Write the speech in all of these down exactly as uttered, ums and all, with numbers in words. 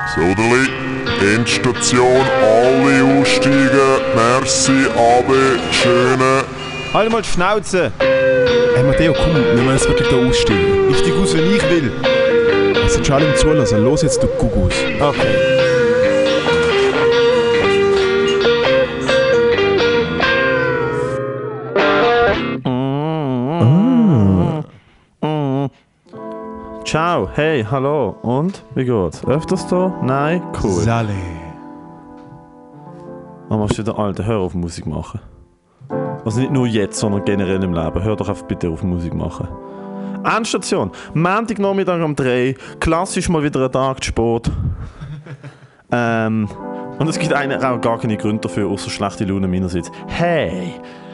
Soderli, Endstation, alle aussteigen, merci, Abe, schöne. Halt mal die Schnauze! Hey Matteo, komm, wir müssen jetzt wirklich da aussteigen. Ich steig aus, wenn ich will. Es sind schon alle im Zulassen. Los jetzt, du Gugus. Okay. Ciao, hey, hallo. Und? Wie geht's? Öfters da? Nein? Cool. Sale. Man muss wieder alte Hör auf Musik machen. Also nicht nur jetzt, sondern generell im Leben. Hör doch einfach bitte auf Musik machen. Endstation. Montagnachmittag um drei. Klassisch mal wieder ein Tag zu spät. ähm, und es gibt eigentlich auch gar keine Gründe dafür, außer schlechte Laune meinerseits. Hey!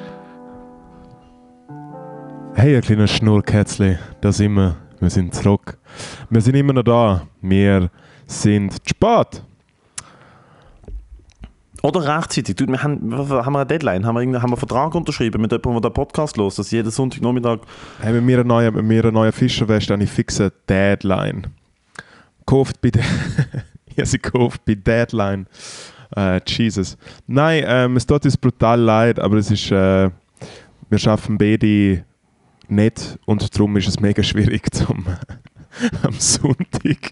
Hey, ein kleiner Schnurrkätzli. Da sind wir. Wir sind zurück. Wir sind immer noch da. Wir sind zu spät. Oder rechtzeitig. Du, wir haben, haben wir eine Deadline? Haben wir, haben wir einen Vertrag unterschrieben mit jemandem, der den Podcast hört, dass jeden Sonntagnachmittag... Hey, wenn wir eine neue, wenn wir eine neue Fischerweste habe ich fixe Deadline. Kauft bei... ja, sie kauft bei Deadline. Uh, Jesus. Nein, ähm, es tut uns brutal leid, aber es ist... Äh, wir schaffen beide nicht und darum ist es mega schwierig zum am Sonntag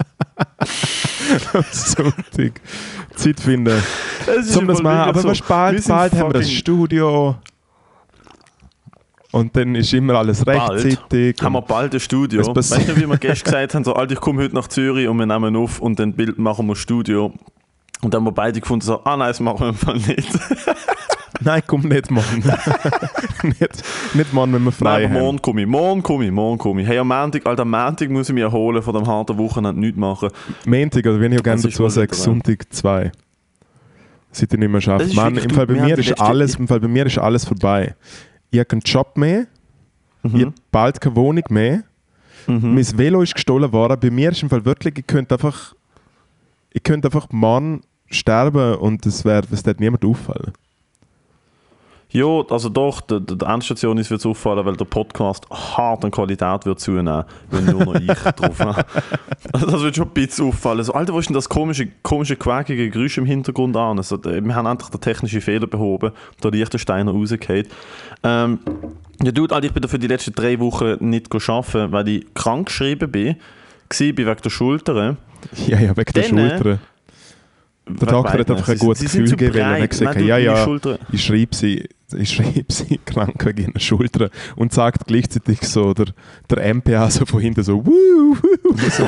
am Sonntag Zeit finden, um das machen. Aber so, was, bald, bald haben wir das Studio und dann ist immer alles rechtzeitig. Bald haben wir bald ein Studio. Weißt du, wie wir gestern gesagt haben, so, Alter, ich komme heute nach Zürich und wir nehmen auf und dann machen wir Studio. Und dann haben wir beide gefunden, so, ah nein, das machen wir einfach nicht. Nein, komm nicht morgen. nicht, nicht morgen, wenn wir frei Nein, haben. Morgen komme ich, morgen komme ich, morgen komme ich. Hey, am Montag, Alter, am Montag muss ich mich erholen von dem harten Wochenende, nichts machen. Montag, oder wenn ich auch gerne dazu sage, Sonntag zwei. Seit ich nicht mehr schaffe. Mann, im Fall, bei mir ist alles, im Fall bei mir ist alles vorbei. Ich habe keinen Job mehr, mhm. ich habe bald keine Wohnung mehr, mhm. mein Velo ist gestohlen worden. Bei mir ist im Fall wirklich, ich könnte einfach, ich könnte einfach morgen sterben und es wird niemand auffallen. Ja, also doch, der, der Endstation ist wird auffallen, weil der Podcast hart an Qualität wird zunehmen, wenn nur noch ich drauf habe. Also das wird schon ein bisschen auffallen. So, Alter, wo ist denn das komische, komische quäkige Geräusch im Hintergrund an? Also, wir haben endlich den technischen Fehler behoben, da die Liechtensteiner rausgeht. Ähm, ja, Dude, Alter, ich bin da für die letzten drei Wochen nicht arbeiten, weil ich krank geschrieben bin, war wegen der Schulter. Ja, ja, wegen der Schulter. Der Doktor hat einfach ein gutes sie, Gefühl gegeben, weil er gesagt hat, ja, ja, ich schreibe sie, ich schreibe sie krank wegen ihrer Schulter und sagt gleichzeitig so, der, der M P A so von hinten so, wuh, wuh, so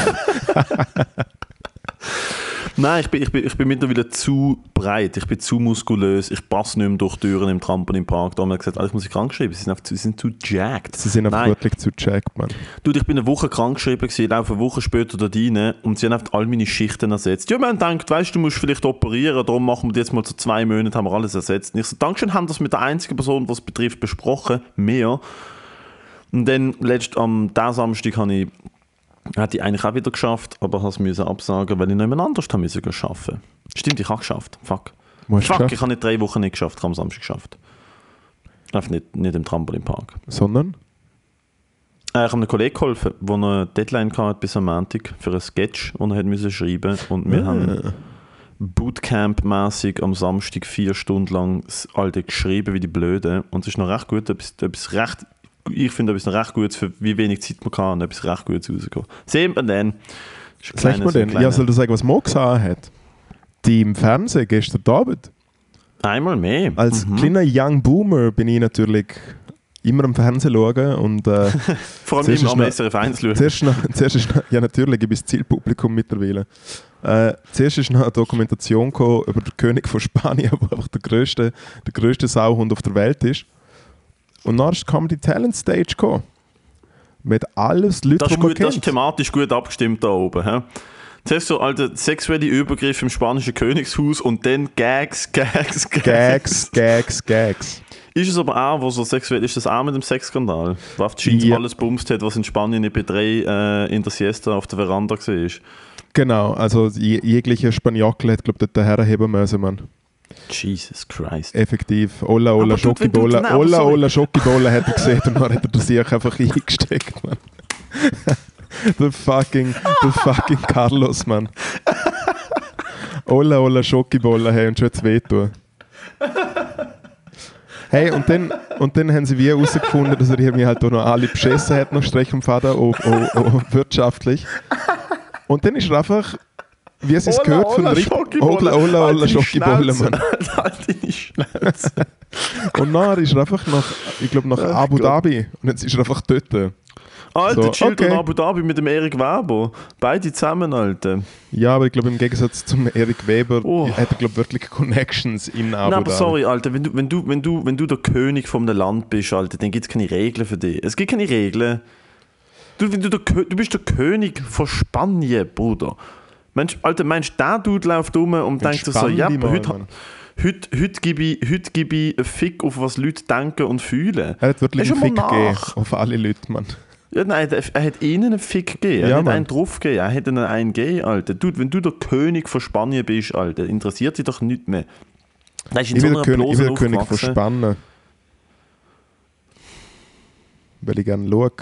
Nein, ich bin, ich, bin, ich bin mittlerweile zu breit, ich bin zu muskulös, ich passe nicht mehr durch Türen im Trampolinpark. Da haben wir gesagt, also ich muss krank schreiben, sie sind, einfach, sie sind zu jacked. Sie sind einfach wirklich zu jacked, Mann. Du, ich bin eine Woche krank geschrieben, ich laufe eine Woche später da rein und sie haben einfach all meine Schichten ersetzt. Ja, wir haben gedacht, weißt du, du musst vielleicht operieren, darum machen wir jetzt mal so zwei Monate, haben wir alles ersetzt. Und ich so, Dankeschön, haben das mit der einzigen Person, was es betrifft, besprochen, mehr. Und dann, letzt am diesen Samstag habe ich Hätte ich eigentlich auch wieder geschafft, aber ich musste absagen, weil ich noch jemand anders arbeiten musste. Stimmt, ich habe geschafft. Fuck. Fuck, geschafft? Ich habe nicht drei Wochen nicht geschafft, ich habe am Samstag geschafft. Einfach nicht, nicht im Trampolinpark. Sondern? Äh, ich habe einem Kollegen geholfen, der eine Deadline hatte bis am Montag für einen Sketch, den er musste schreiben musste. Und wir ja. haben Bootcamp-mässig am Samstag vier Stunden lang das Alte geschrieben wie die Blöden. Und es ist noch recht gut, etwas, etwas recht... Ich finde etwas recht Gutes, für wie wenig Zeit man kann, und etwas recht Gutes rausgehen. Sehen wir dann. Sag mal denn, ja, soll ich sagen, was Mo gesagt hat? Die im Fernsehen gestern Abend. Einmal mehr. Als mhm. kleiner Young Boomer bin ich natürlich immer am Fernsehen schauen und äh, vor allem immer am S R F eins schauen. Zuerst noch, zuerst ist noch, ja natürlich, ich bin das Zielpublikum mittlerweile. Äh, zuerst ist noch eine Dokumentation gekommen über den König von Spanien, der einfach der grösste, der grösste Sauhund auf der Welt ist. Und dann kam die Talent Stage gekommen. Mit alles Leute, das ist die man gut, kennt. Das ist thematisch gut abgestimmt da oben. He? Zuerst so alte sexuelle Übergriffe im spanischen Königshaus und dann Gags, Gags, Gags. Gags, Gags, Gags. Ist es aber auch, wo so sexuell ist, das auch mit dem Sexskandal? Wo auf die ja. alles bumst hat, was in Spanien in B drei äh, in der Siesta auf der Veranda war. Genau, also jeglicher Spaniakel hat, glaube ich, dort herheben müssen, Mann. Jesus Christ. Effektiv. Olla, olla, Schokibolla. Olla, olla, Schokibolla hat er gesehen und dann hat er das sich einfach eingesteckt, Mann. der fucking, der fucking Carlos, Mann. Olla, olla, Schokibolle, hey, und schon jetzt wehtun. Hey, und dann, und dann haben sie wie herausgefunden, dass er irgendwie halt auch noch alle beschissen hat, noch Strich und Faden, auch, auch, auch wirtschaftlich. Und dann ist er einfach, wie es sich gehört, von richtig Olla, Olla, Olla, Schokibolle, Mann. Halt deine Schnauze. Und nachher ist er einfach nach, ich glaube, nach Ach Abu Gott. Dhabi. Und jetzt ist er einfach dort. Alter, So, chillt okay. in Abu Dhabi mit dem Erik Weber. Beide zusammen, Alter. Ja, aber ich glaube, im Gegensatz zum Erik Weber Oh. hat er, glaube wirklich Connections in Abu Nein, aber Dhabi. sorry, Alter, wenn du, wenn du, wenn du, wenn du der König von einem Land bist, Alter, dann gibt es keine Regeln für dich. Es gibt keine Regeln. Du, wenn du, der, Kö- du bist der König von Spanien, Bruder. Mensch, Alter, meinst du, der Dude läuft rum und denkt sich so, Entspann ja, dich mal, heute, Mann. heute, heute gebe ich, heute gebe ich einen Fick auf was Leute denken und fühlen. Er hat wirklich Er einen ist ein Fick gegeben Monarch. auf alle Leute, Mann. Ja, nein, er, er hat ihnen einen Fick gegeben. Er Ja, hat Mann. einen drauf gegeben. Er hat ihnen einen gegeben, Alter. Dude, wenn du der König von Spanien bist, Alter, interessiert dich doch nichts mehr. Da ist in Ich so will einer der König, ich will der Blase König von aufgewachsen. Spannen. Weil ich gerne schaue.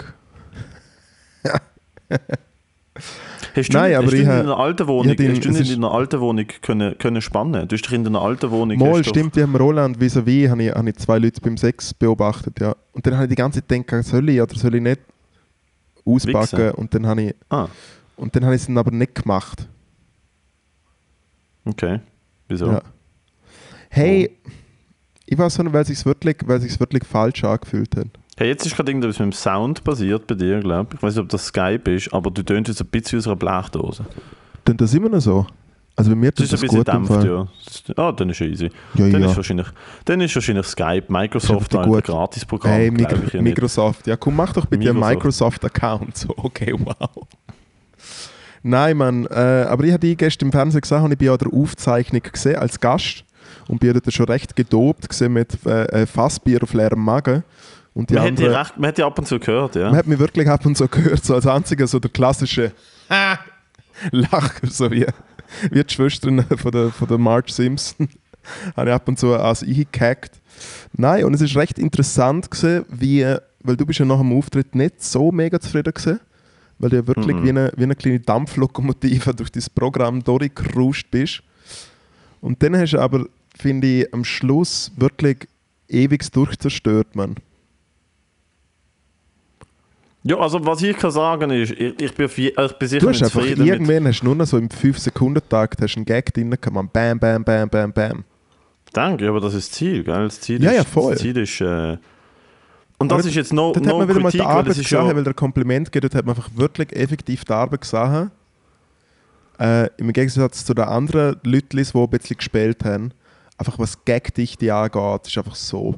Hast du, Nein, aber hast du ich in ha- einer alten Wohnung, ich ha den- hast du es nicht ist- in einer alten Wohnung können, können spannen? Du hast dich in einer alten Wohnung... Mal, hast doch- stimmt, die haben Roland vis-à-vis, habe ich, habe ich zwei Leute beim Sex beobachtet, ja. Und dann habe ich die ganze Zeit gedacht, soll ich oder soll ich nicht auspacken? Wichsen. Und dann habe ich, Ah, und dann habe ich es dann aber nicht gemacht. okay. Wieso? Ja. Hey, ich weiß nicht, weil es sich wirklich, weil sich's wirklich falsch angefühlt hat. Hey, jetzt ist gerade irgendwas mit dem Sound passiert bei dir, glaube ich. Ich weiß nicht, ob das Skype ist, aber du tönst jetzt ein bisschen aus einer Blechdose. Dann das immer noch so. Also bei mir Das tut ist ein das bisschen gut im dämpft, Fall. ja. Das- Ah, dann ist easy. Ja, Dann, ja. ist wahrscheinlich, dann ist wahrscheinlich Skype, Microsoft, Ist ein gut. Gratisprogramm, Hey, glaube Mik ich ja nicht. Microsoft. Ja, komm, mach doch bitte einen Microsoft. Microsoft-Account. So, okay, wow. Nein, Mann. Äh, aber ich habe die gestern im Fernsehen gesehen und ich bin ja der Aufzeichnung gesehen als Gast und bin dort schon recht gedopt gesehen mit äh, äh, Fassbier auf leerem Magen. Und die Man hat, die anderen, recht, man hat die ab und zu gehört, ja. man hat mich wirklich ab und zu gehört, so als einziger, so der klassische Lacher, so wie, wie die Schwestern von der, von der Marge Simpson. Habe ich ab und zu als eingehackt. Nein, und es ist recht interessant gewesen, wie, weil du bist ja nach dem Auftritt nicht so mega zufrieden gewesen, weil du ja wirklich Mhm. wie, eine, wie eine kleine Dampflokomotive durch das Programm durchgeruscht bist. Und dann hast du aber, finde ich, am Schluss wirklich ewig durchzerstört, man. Ja, also was ich kann sagen ist, ich, ich, bin, auf je- ich bin sicher Du hast nicht einfach zufrieden mit... irgendwann hast du nur noch so im fünf Sekunden Takt hast einen Gag drin gehabt, man bam, bam, bam, bam, bam. Danke, aber das ist das Ziel, gell? Das Ziel Ja, ist, ja, voll. Das Ziel ist... Äh, und das Aber ist jetzt no, Dort hat no man wieder mal die Kritik, weil Arbeit das ist gesehen, ja... weil der Kompliment geht, dort hat man einfach wirklich effektiv die Arbeit gesehen. Äh, Im Gegensatz zu den anderen Leuten, die ein bisschen gespielt haben, einfach was Gagdichte angeht, ist einfach so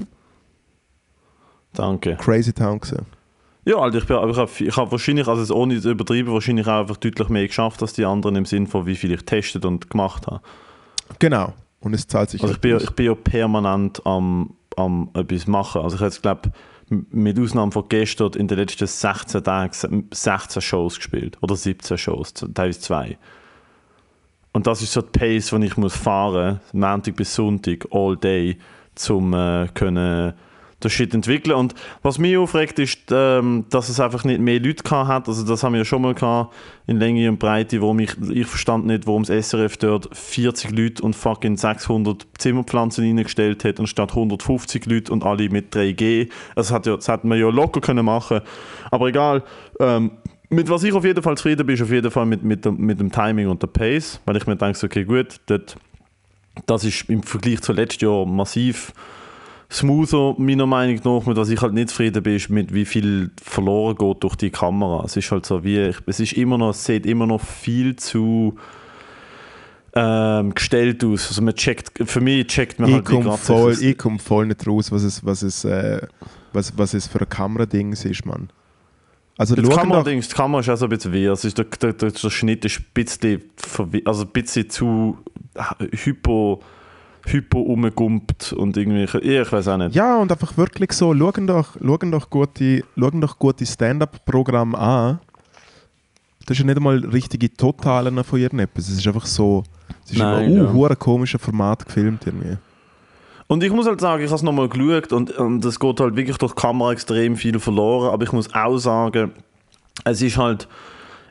Danke. crazy town gewesen. Ja, Alter, ich, bin, aber ich habe ich hab wahrscheinlich, also ohne zu übertreiben, wahrscheinlich auch einfach deutlich mehr geschafft als die anderen im Sinne von, wie viel ich getestet und gemacht habe. Genau. Und es zahlt sich Also ich bin, aus. ich bin ja permanent am, am etwas machen. Also ich habe jetzt, glaube mit Ausnahme von gestern in den letzten sechzehn Tagen sechzehn Shows gespielt. Oder siebzehn Shows, teilweise zwei. Und das ist so die Pace, die ich muss fahren muss, Montag bis Sonntag, all day, um äh, können das Shit entwickeln. Und was mich aufregt, ist, ähm, dass es einfach nicht mehr Leute gehabt hat. Also das haben wir ja schon mal gehabt, in Länge und Breite, wo mich, ich verstand nicht, warum das S R F dort vierzig Leute und fucking sechshundert Zimmerpflanzen reingestellt hat, anstatt hundertfünfzig Leute und alle mit drei G. Also das, hat ja, das hätte man ja locker können machen. Aber egal. Ähm, mit was ich auf jeden Fall zufrieden bin, ist auf jeden Fall mit, mit, dem, mit dem Timing und der Pace, weil ich mir denke, okay, gut, dort, das ist im Vergleich zu letztes Jahr massiv smoother, meiner Meinung nach. Mit was ich halt nicht zufrieden bin, ist mit wie viel verloren geht durch die Kamera. Es ist halt so wie, ich, es ist immer noch, es sieht immer noch viel zu ähm, gestellt aus. Also man checkt, für mich checkt man Ich halt nicht komme gerade voll, sich- ich komm voll nicht raus, was es, was es, äh, was, was es für ein Kamerading ist, Mann. Also Das schauen doch, Kameradings, die Kamera ist auch so ein bisschen weird. Es ist der, der, der, der Schnitt ist ein bisschen, verwi- also ein bisschen zu hypo, hypo umgegumpt und irgendwie, ich weiß auch nicht. ja, und einfach wirklich so, schauen doch, schauen doch gute, schauen doch gute Stand-up-Programme an. Das ist ja nicht einmal richtige Totalen von irgendetwas. Es ist einfach so, es ist Nein, in einem ja. uh, huere komischen Format gefilmt irgendwie. Und ich muss halt sagen, ich habe es nochmal geschaut und, und es geht halt wirklich durch die Kamera extrem viel verloren, aber ich muss auch sagen, es ist halt,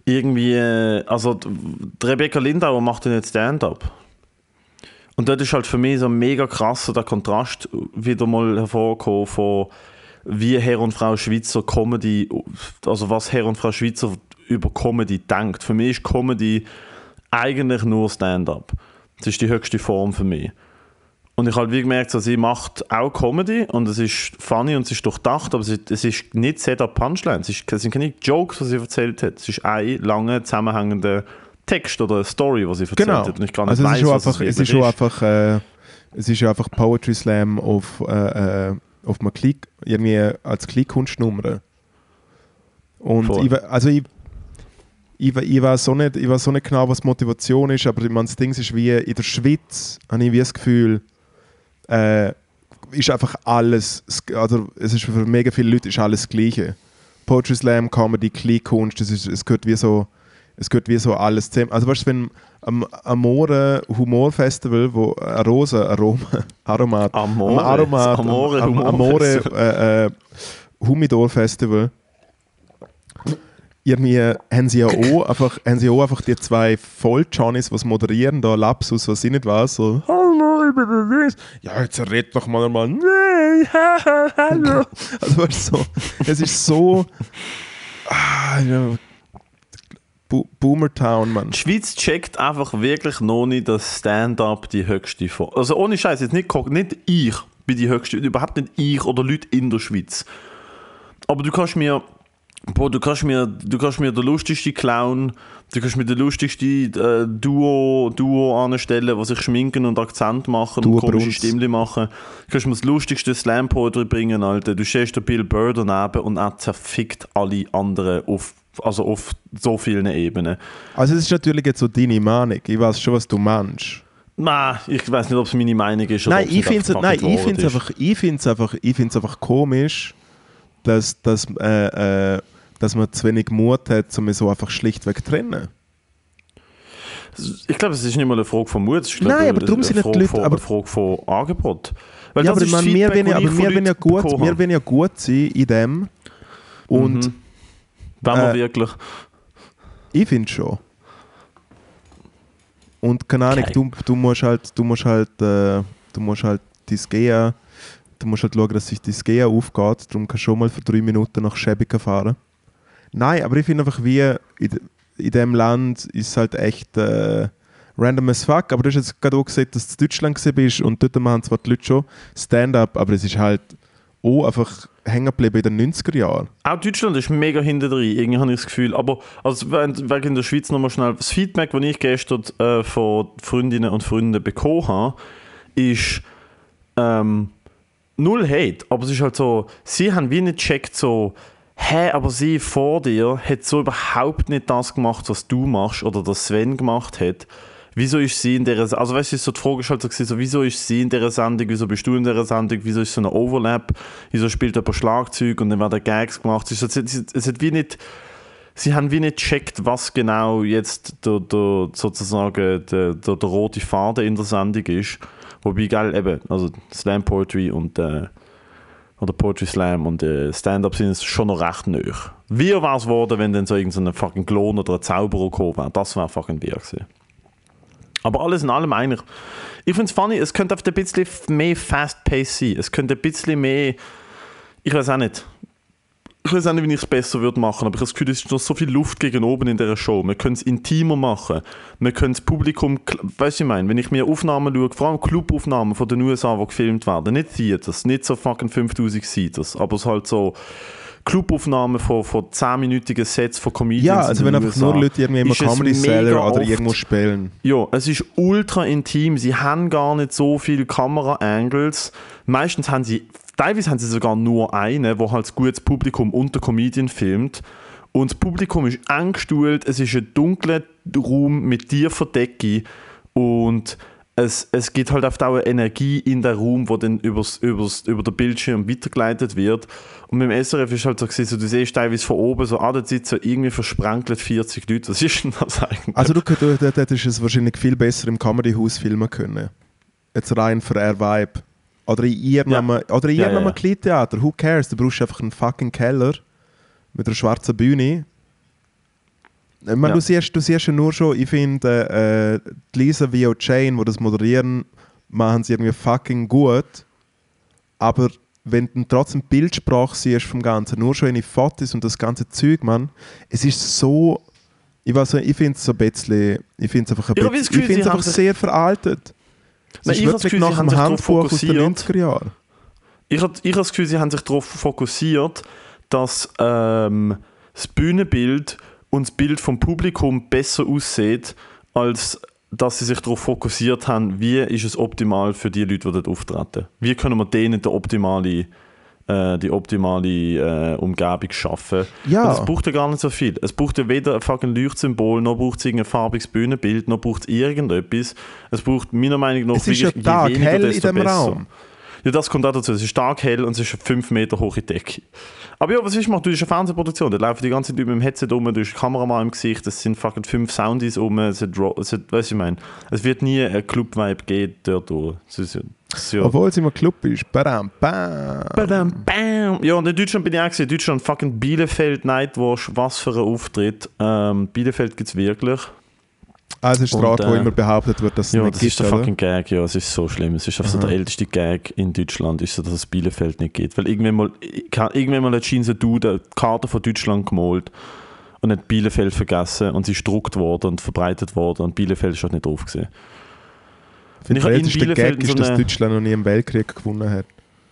irgendwie, also die Rebecca Lindauer macht ja nicht Stand-up. Und dort ist halt für mich so mega krass der Kontrast wieder mal hervorgekommen von wie Herr und Frau Schweizer Comedy, also was Herr und Frau Schweizer über Comedy denkt. Für mich ist Comedy eigentlich nur Stand-up. Das ist die höchste Form für mich. Und ich habe halt wie gemerkt, so, sie macht auch Comedy und es ist funny und es ist durchdacht, aber es ist, es ist nicht Set-up-Punchline. Es, es sind keine Jokes, was sie erzählt hat. Es ist ein langer, zusammenhängender Text oder eine Story, was sie erzählt genau. hat. Und ich gar nicht also weiss, es ist was einfach, es ist schon einfach, äh, es ist einfach Poetry Slam auf, äh, auf einem Klick, irgendwie als Klickkunstnummer. Und ich, also ich, ich, ich, weiß so nicht, ich weiß so nicht genau, was Motivation ist, aber ich meine, das Ding ist wie, in der Schweiz habe ich wie das Gefühl, äh, ist einfach alles, also es ist für mega viele Leute ist alles das Gleiche. Poetry Slam, Comedy, Klickkunst, es, ist, es gehört wie so es gehört wie so alles zusammen. Also weißt du, wenn am Amore Humorfestival, wo Arose, Aroma, Aromat, Amore, Aromat, Amore, am, am, Amore äh, äh, Humidor Festival, irgendwie haben sie ja auch einfach, haben sie auch einfach die zwei Voll-Johnnies, die moderieren, da Lapsus, was ich nicht weiß, so «Hallo, ich bin der Luis». «Ja, jetzt red doch mal mal «Nein, hallo». Also weißt du, so, es ist so ah, ja, Bo- Boomertown, Mann. Die Schweiz checkt einfach wirklich noch nicht, dass Stand-up die höchste Form. Also ohne Scheiß, jetzt nicht, nicht ich bin die höchste, überhaupt nicht ich oder Leute in der Schweiz. Aber du kannst mir Boah, du kannst mir, du kannst mir den lustigsten Clown, du kannst mir den lustigsten äh, Duo, Duo anstellen, was sich schminken und Akzent machen Duo und komische Brunst. Stimmchen machen. Du kannst mir das lustigste Slam Poetry bringen, Alter. Du stehst den Bill Burr daneben und er zerfickt alle anderen auf, also auf so vielen Ebenen. Also es ist natürlich jetzt so deine Meinung. Ich weiß schon, was du meinst. Nein, ich weiß nicht, ob es meine Meinung ist. Nein, ich finde finde es ich find's einfach, ich find's einfach, ich find's einfach komisch, dass, dass, äh, äh, dass man zu wenig Mut hat, um so einfach schlichtweg zu trennen. Ich glaube, es ist nicht mal eine Frage von Mut, es ist Nein, aber darum sind nicht die Leute, von, aber eine Frage von Angebot. Weil ja, das aber ist man, das wir Feedback, wollen ja, aber wir wollen ja gut, bekommen wir haben. wollen ja gut sein in dem. Und Mhm. Wenn wir äh, wirklich. ich finde schon. Und keine Ahnung, Okay. du, du musst halt, du musst halt, äh, du musst halt dein Gea, du musst halt schauen, dass sich dein Gea aufgeht. Darum kannst du schon mal für drei Minuten nach Schäbigen fahren. Nein, aber ich finde einfach, wie in, in diesem Land ist es halt echt äh, random as fuck. Aber du hast jetzt gerade auch gesehen, dass du in Deutschland bist und dort machen zwar die Leute schon Stand-up, aber es ist halt auch einfach hängen geblieben in den neunziger Jahren. Auch Deutschland ist mega hinter drin, irgendwie habe ich das Gefühl. Aber also, wegen der Schweiz nochmal schnell. Das Feedback, das ich gestern äh, von Freundinnen und Freunden bekommen habe, ist ähm, null Hate. Aber es ist halt so, sie haben wie nicht gecheckt, so, hä, aber sie vor dir hat so überhaupt nicht das gemacht, was du machst oder das Sven gemacht hat. Wieso ist sie in der, also weißt du, so die Frage ist halt so, so, wieso ist sie in dieser Sendung, wieso bist du in dieser Sendung, wieso ist so ein Overlap, wieso spielt jemand Schlagzeug und dann werden Gags gemacht. Es, ist, es, es hat wie nicht, sie haben wie nicht gecheckt, was genau jetzt der, der, sozusagen der, der, der rote Faden in der Sendung ist. Wobei, geil, eben, also Slam Poetry und äh, oder Poetry Slam und äh, Stand-Up sind es schon noch recht nahe. Wie wäre es geworden, wenn dann so irgendein fucking Klon oder ein Zauberer gekommen wäre? Das wäre fucking wir gewesen. Aber alles in allem eigentlich, ich finde es funny, es könnte ein bisschen mehr Fast-Pace sein. Es könnte ein bisschen mehr, ich weiß auch nicht, ich weiß auch nicht, wie ich es besser würde machen, aber ich habe das Gefühl, es ist noch so viel Luft gegen oben in dieser Show. Wir können es intimer machen, wir können das Publikum, weißt du, ich meine, wenn ich mir Aufnahmen schaue, vor allem Clubaufnahmen von den U S A, die gefilmt werden, nicht Theaters, nicht so fucking fünftausend Seaters, aber es halt so Clubaufnahmen von, von zehnminütigen Sets von Comedians. Ja, also wenn einfach nur Leute irgendwie im ist es Comedy mega Cellar oder oft- irgendwo spielen. Ja, es ist ultra intim. Sie haben gar nicht so viele Kamera-Angles. Meistens haben sie, teilweise haben sie sogar nur einen, wo halt das gutes Publikum und der Comedian filmt. Und das Publikum ist eng gestuhlt. Es ist ein dunkler Raum mit tiefer Decke. Und es, es gibt halt oft auch eine Energie in den Raum, die dann übers, übers, über den Bildschirm weitergeleitet wird. Und beim S R F ist halt so, gewesen, so du siehst teilweise von oben, so, ah, da sitzen irgendwie versprenkelt vierzig Leute. Was ist denn das eigentlich? Also du, du, du hättest es wahrscheinlich viel besser im Comedy-Haus filmen können. Jetzt rein für ein Vibe. Oder in irgendeinem Ja. oder in Ja, irgendeinem ja, ja. Kleintheater. Who cares? Du brauchst einfach einen fucking Keller mit einer schwarzen Bühne. Ich meine, Ja. du, siehst, du siehst ja nur schon, ich finde, äh, die Lisa wie auch Jane, die das moderieren, machen sie irgendwie fucking gut. Aber wenn du trotzdem Bildsprache siehst vom Ganzen, nur schon in Fotos und das ganze Zeug, Mann, es ist so, ich weiß nicht, ich finde es so ein bisschen, ich finde es einfach, ein Ich habe bisschen, das Gefühl, ich finde es sie einfach haben sehr veraltet. Es Nein, ist ich habe das wirklich Gefühl, sie nach haben dem sich darauf Handbuch aus den fokussiert. neunziger Jahren. Ich habe ich hab das Gefühl, sie haben sich darauf fokussiert, dass ähm, das Bühnenbild und das Bild vom Publikum besser aussieht, als dass sie sich darauf fokussiert haben, wie ist es optimal für die Leute, die dort auftreten. Wie können wir denen die optimale, äh, die optimale äh, Umgebung schaffen. Ja. Und es braucht ja gar nicht so viel. Es braucht ja weder ein fucking Leuchtsymbol, noch braucht es irgendein farbiges Bühnenbild, noch braucht es irgendetwas. Es braucht meiner Meinung nach Es ist ja je Tag weniger, hell in desto dem besser. Raum. Ja, das kommt auch dazu. Es ist stark hell und es ist eine fünf Meter hohe Decke. Aber ja, was ist gemacht? Du hast eine Fernsehproduktion. Da laufen die ganze Zeit über dem Headset rum, du hast eine Kameramann im Gesicht, es sind fucking fünf Soundies rum, es hat, es hat, weißt du, ich meine, es wird nie ein Club-Vibe geben dort durch. Es ist ja, es ist ja Obwohl es immer Club ist. Badam, bam. Badam, bam. Ja, und in Deutschland bin ich auch gesehen. In Deutschland fucking Bielefeld Nightwash, was für ein Auftritt. Ähm, Bielefeld gibt es wirklich. Ah, es ist der Und, Ort, wo äh, immer behauptet wird, dass es Ja, nicht das gibt, ist der oder? fucking Gag, ja, es ist so schlimm. Es ist einfach so der älteste Gag in Deutschland, ist so, dass es Bielefeld nicht gibt. Weil irgendwann mal, irgendwann mal hat Schein du die Karte von Deutschland gemalt und hat Bielefeld vergessen und sie ist gedruckt worden und verbreitet worden und Bielefeld ist halt nicht drauf gesehen. Ich finde, Ich habe der in älteste Bielefeld Gag ist, so dass eine- Deutschland noch nie im Weltkrieg gewonnen hat.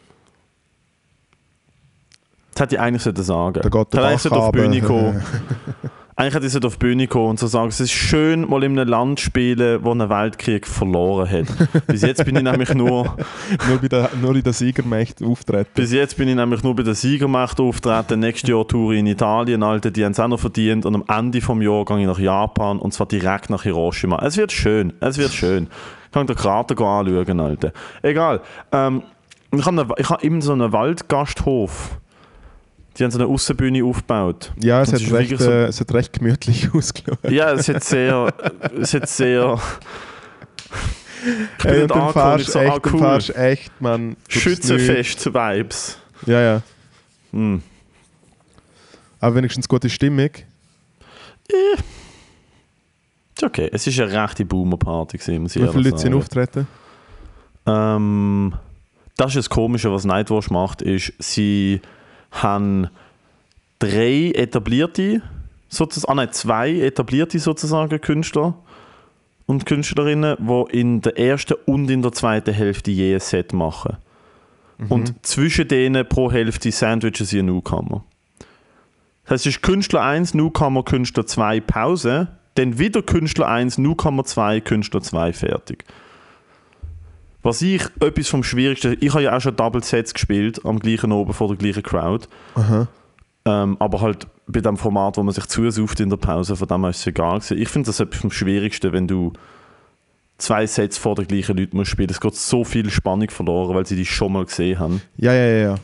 Das hätte ich eigentlich sollen sagen. Da geht der Das hätte ich sollen auf die Bach Bühne kommen. runter. Eigentlich hätte ich sollen auf die Bühne kommen und so sagen, es ist schön, mal in einem Land spielen, wo einen Weltkrieg verloren hat. Bis jetzt bin ich nämlich nur... nur, bei der, nur in der Siegermächte auftreten. Bis jetzt bin ich nämlich nur bei der Siegermacht auftreten. Nächstes Jahr Tour in Italien, Alter, die haben es auch noch verdient. Und am Ende des Jahres gehe ich nach Japan und zwar direkt nach Hiroshima. Es wird schön, es wird schön. Ich kann den Krater anschauen, Alter. Egal. Ähm, ich habe eine, ich habe eben so einen Waldgasthof. Die haben so eine Aussenbühne aufgebaut. Ja, es Und hat, ist recht, wirklich so- äh, es hat recht gemütlich ausgeschaut. Ja, es hat sehr... es hat sehr... Ich bin Ey, nicht und dann angekommen, fahrst ich so, echt, ah, dann cool. fahrst echt, man. Schützenfest-Vibes. Ja, ja. Hm. Aber wenigstens gute Stimmung. Ist okay. Es war eine rechte Boomer-Party, gewesen, muss ich Wie viele ehrlich Leute sind sagen. auftreten? Ähm, das ist das Komische, was Nightwash macht, ist, sie haben drei etablierte, sozusagen, ah nein, zwei etablierte sozusagen Künstler und Künstlerinnen, die in der ersten und in der zweiten Hälfte je ein Set machen. Und zwischen denen pro Hälfte sandwichen sie einen Newcomer. Das heißt, es ist Künstler eins, Newcomer, Künstler zwei, Pause, dann wieder Künstler eins, Newcomer zwei, Künstler zwei, fertig. Was ich etwas vom Schwierigsten, ich habe ja auch schon Double Sets gespielt, am gleichen oben vor der gleichen Crowd. Aha. Ähm, aber halt bei dem Format, wo man sich zusauft in der Pause, von dem her ist es egal gewesen. Ich finde das etwas vom Schwierigsten, wenn du zwei Sets vor den gleichen Leuten musst spielen. Es geht so viel Spannung verloren, weil sie die schon mal gesehen haben. Ja, ja, ja, ja.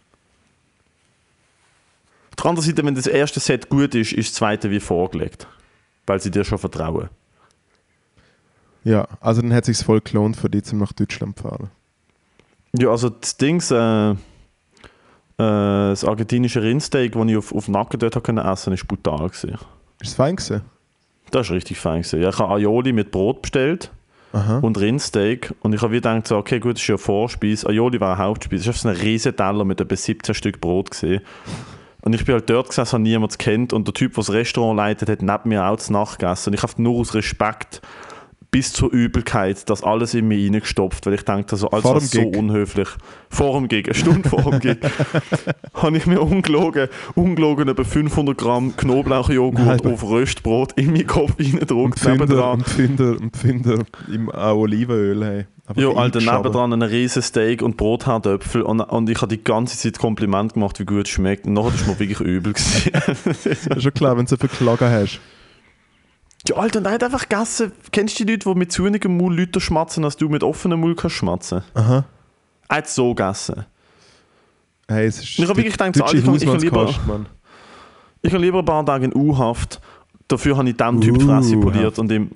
Auf der anderen Seite, wenn das erste Set gut ist, ist das zweite wie vorgelegt. Weil sie dir schon vertrauen. Ja, also dann hat es sich voll gelohnt, für die zum nach Deutschland zu fahren. Ja, also das Ding, äh, äh, das argentinische Rindsteak, das ich auf, auf Nacken dort essen konnte, war brutal gewesen. Ist es fein gewesen? Das war richtig fein gewesen. Ja, ich habe Aioli mit Brot bestellt Aha. und Rindsteak und ich habe wieder gedacht, so, okay gut, das ist ja eine Vorspeise. Aioli war eine Hauptspeise. Das war so ein riesen Teller mit etwa siebzehn Stück Brot gewesen. Und ich bin halt dort gesessen, habe niemand kennt und der Typ, der das Restaurant leitet, hat neben mir auch zu Nacht gegessen. Und ich habe nur aus Respekt bis zur Übelkeit das alles in mich reingestopft, weil ich dachte, also, alles Vor war dem so Gig? unhöflich. Vor dem Gig, eine Stunde vor dem Gig, habe ich mir ungelogen, ungelogen etwa fünfhundert Gramm Knoblauchjoghurt Alter. auf Röstbrot in meinen Kopf Und reingedruckt. Pfinder, Nebendran, und Pfinder, und Pfinder im auch Olivenöl haben. Einfach ja, Alter, eingeschoben. nebendran ein riesen Steak und Brotherdöpfel und, und ich habe die ganze Zeit Kompliment gemacht, wie gut es schmeckt. Und nachher war es mir wirklich übel gewesen. Ist schon klar, wenn du so viel Klagen hast. Ja, Alter, und er hat einfach gegessen. Kennst du die Leute, die mit zunigem Maul lauter schmatzen, als du mit offenem Maul kannst schmatzen? Aha. Er hat so gegessen. Hey, es ist Ich hab wirklich gedacht, so, deutsche Alter, ich kann lieber- Hausmannskost, Mann. Ich habe lieber ein paar Tage in U-Haft. Dafür habe ich dem Typ die Uh, Fresse poliert und ihm...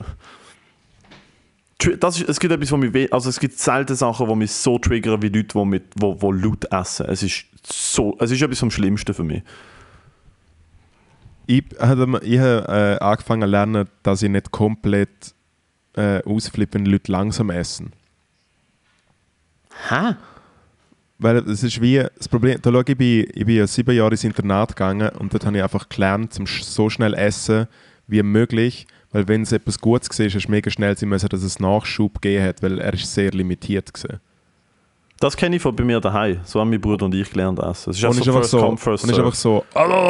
Das ist, es gibt etwas, wo mich weh, also es gibt selten Sachen, die mich so triggern wie Leute, die, mit, wo, wo laut essen. Es ist so, es ist etwas vom Schlimmsten für mich. Ich habe ich, äh, angefangen zu lernen, dass ich nicht komplett äh, ausflippe, wenn Leute langsam essen. Hä? Weil es ist wie, das Problem, da schau, ich bin, ich bin ja sieben Jahre ins Internat gegangen und dort habe ich einfach gelernt, zum so schnell essen wie möglich, weil wenn es etwas Gutes war, ist es mega schnell sein müssen, dass es Nachschub gegeben hat, weil er ist sehr limitiert war. Das kenne ich von bei mir daheim. So haben mein Bruder und ich gelernt essen. Es ist und einfach so first so, come, first und ist einfach so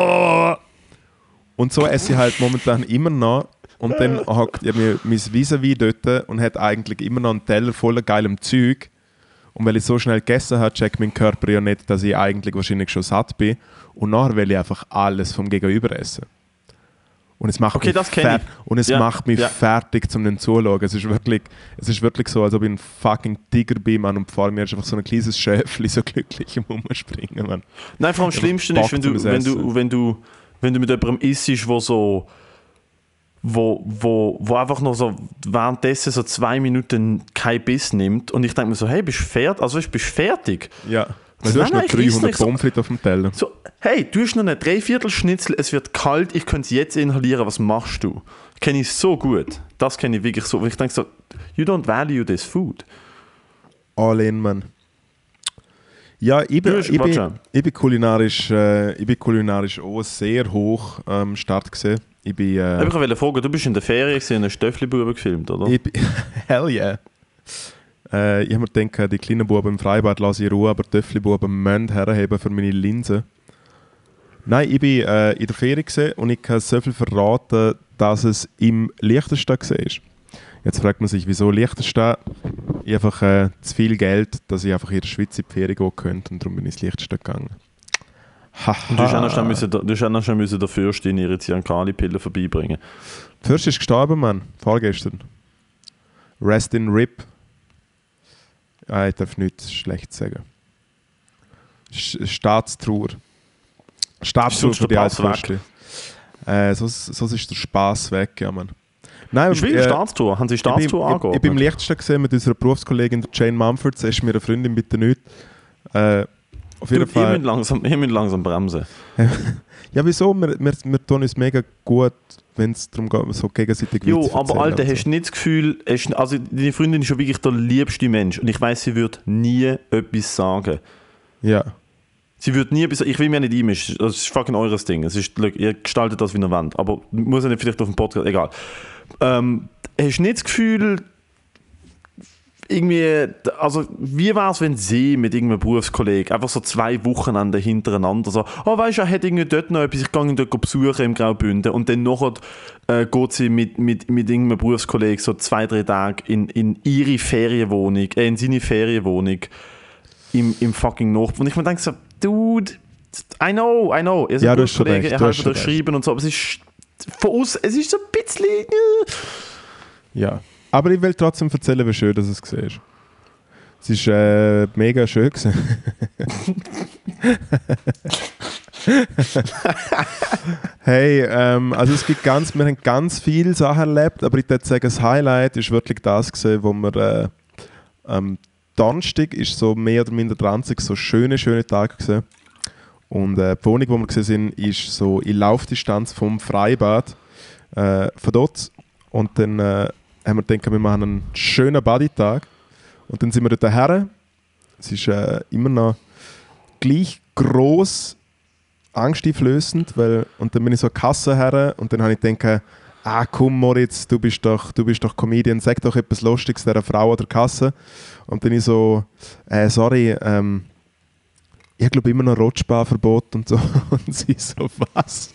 und so esse ich halt momentan immer noch und dann hockt mir mein Vis-à-vis dort und hat eigentlich immer noch einen Teller voller geilem Zeug. Und weil ich so schnell gegessen habe, checkt mein Körper ja nicht, dass ich eigentlich wahrscheinlich schon satt bin. Und nachher will ich einfach alles vom Gegenüber essen. Und es macht okay, mich, das fer- ich. und es ja. macht mich ja. fertig, um den zuzuschauen. Es ist wirklich, es ist wirklich so, als ob ich ein fucking Tiger bin, Mann, und vor mir ist einfach so ein kleines Schäfchen so glücklich im Rumspringen, Mann. Nein, vor allem das Schlimmste ist, wenn du, wenn, du, wenn, du, wenn du mit jemandem isst, wo so Wo, wo, wo einfach noch so währenddessen so zwei Minuten kein Biss nimmt und ich denke mir so, hey, bist du fertig? Also bist du fertig? Ja, weil du hast noch dreihundert Pommes frites auf dem Teller. So, hey, du hast noch eine Dreiviertelschnitzel, es wird kalt, ich könnte es jetzt inhalieren, was machst du? Kenne ich so gut. Das kenne ich wirklich so. Ich denke so, you don't value this food. All in, man. Ja, ich bin, ich bin, ich bin, kulinarisch, äh, ich bin kulinarisch auch sehr hoch am ähm, Start gesehen. Ich bin, äh, ich wollte fragen, du bist in der Ferien und einen Stöffli-Buben gefilmt, oder? Ich bin, hell yeah. Äh, ich habe mir gedacht, die kleinen Buben im Freibad lasse ich in Ruhe, aber die Töffli-Buben müssen herheben für meine Linsen. Nein, ich bin äh, in der Ferien gesehen und ich kann so viel verraten, dass es im Liechtenstein war. Jetzt fragt man sich, wieso Liechtenstein? Ich habe einfach äh, zu viel Geld, dass ich einfach in der Schweiz in die Ferien gehen könnte und darum bin ich ins Liechtenstein gegangen. Und du hast auch noch schnell müssen, du hast auch noch schnell müssen der Fürstin ihre Ziankali-Pille vorbeibringen. Der Fürst ist gestorben, Mann. Vorgestern. Rest in Rip. Ah, ich darf nichts schlecht sagen. Staatstrauer. Staatstrauer für die Altfürste. Äh, so, so ist der Spass weg, ja, Mann. Nein, ist wie äh, Staatstour? Haben Sie Staatstour angeordnet? Ich, ich, ich bin im Liechtenstein gesehen mit unserer Berufskollegin Jane Mumford. Sie ist mir eine Freundin, bitte nicht. Äh, auf jeden du, Fall. Ihr müsst langsam, ihr müsst langsam bremsen. Ja, wieso? Wir, wir, wir tun uns mega gut, wenn es darum geht, so gegenseitig Jo, aber Alter, so. Hast du nicht das Gefühl, hast, also deine Freundin ist schon wirklich der liebste Mensch und ich weiss, sie würde nie etwas sagen. Ja. Sie würde nie etwas sagen, ich will mir nicht einmischen, das ist fucking eures Ding. Es ist, ihr gestaltet das wie eine Wand, aber muss ja nicht vielleicht auf dem Podcast, egal. Ähm, hast du nicht das Gefühl, irgendwie, also wie wäre es, wenn sie mit irgendeinem Berufskollegen einfach so zwei Wochenende hintereinander so, oh weißt du, er hat irgendwie dort noch etwas, ich gehe ihn dort besuchen im Graubünden und dann nachher äh, geht sie mit, mit, mit irgendeinem Berufskollegen so zwei, drei Tage in, in ihre Ferienwohnung, äh, in seine Ferienwohnung im, im fucking Nachbarn. Und ich mir denke so, dude, I know, I know, ihr seid ja, Berufskollegen, ihr habt euch schreiben und so, aber es ist von uns, es ist so ein bisschen... Äh. Ja. Aber ich will trotzdem erzählen, wie schön das es war. Es war äh, mega schön. Hey, ähm, also es gibt ganz, wir haben ganz viele Sachen erlebt, aber ich würde sagen, das Highlight ist wirklich das gewesen, wo wir äh, am Donnerstag ist so mehr oder minder dranzig, so schöne, schöne Tage gewesen. Und äh, die Wohnung, wo wir gesehen sind, ist so in Laufdistanz vom Freibad äh, von dort. Und dann äh, haben wir gedacht, wir machen einen schönen Bodytag. Und dann sind wir dort her. Es ist äh, immer noch gleich gross angsteinflößend, weil und dann bin ich so an die Kasse her und dann habe ich gedacht, ah komm Moritz, du bist doch, du bist doch Comedian, sag doch etwas Lustiges dieser Frau an der Kasse. Und dann ich so, äh, sorry, ähm, ich glaube immer noch Rutschbahnverbot und so. Und sie so, was?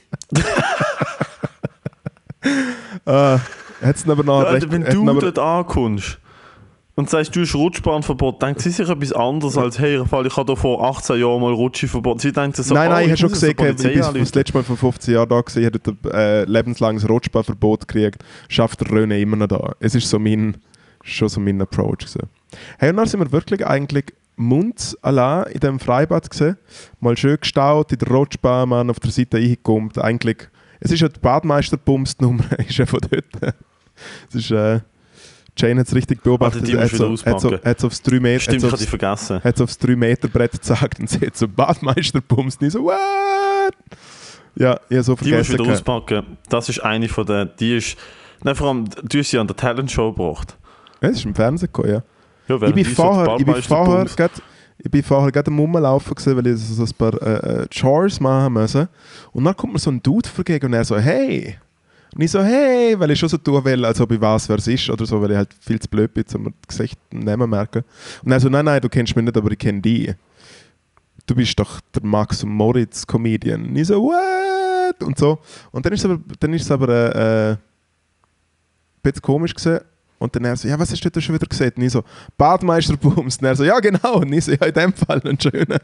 äh, Hat's aber noch ja, recht, wenn du aber dort ankommst und sagst, du hast Rutschbahnverbot, denkt sie sich etwas anderes als, hey, ich habe da vor achtzehn Jahren mal Rutschverbot. Sie denkt so, nein, nein, oh, ich habe schon gesehen, ich bin anrufen. das letzte Mal vor fünfzehn Jahren da gewesen, ich habe ein äh, lebenslanges Rutschbahnverbot gekriegt, schafft der Röne immer noch da. Es ist so mein, schon so mein Approach gewesen. Hey, und dann sind wir wirklich eigentlich munds allein in diesem Freibad gesehen, mal schön gestaut, in der Rutschbahn, man auf der Seite reingekommen, eigentlich, es ist ja die Badmeister-Bums-Nummer, ist ja von dort. Es ist, äh, Jane hat es richtig beobachtet, er hat so, hat so, hat so aufs drei Meter Stimmt, ich vergessen. Hat aufs drei Meter Brett gezeigt und sie hat so Badmeister-Bums, nicht so, what? Ja, ich habe so Die musst vergessen. du wieder gehabt. auspacken. Das ist eine von den, die ist, nein, vor allem, du hast sie an der Talent-Show gebracht. Ja, das ist im Fernsehen gekommen, ja. Ja, Ich während bin die so vorher, die ich bin vorher Ballmeisterbums- gerade ich bin vorher gerade am Rumlaufen gewesen, weil ich so ein paar äh, Chores machen musste. Und dann kommt mir so ein Dude vergegen und er so, hey. Und ich so, hey, weil ich schon so tun will, als ob ich weiß, wer es ist oder so, weil ich halt viel zu blöd bin, um mir das Gesicht Namen merken. Und er so, nein, nein, du kennst mich nicht, aber ich kenne dich. Du bist doch der Max und Moritz Comedian. Und ich so, what? Und so. Und dann ist es aber, dann ist es aber äh, ein bisschen komisch gewesen. Und dann er so, ja, was hast du da schon wieder gesehen? Und ich so, Badmeisterbums. Und er so, ja genau. Und ich so, ja, in dem Fall einen schönen.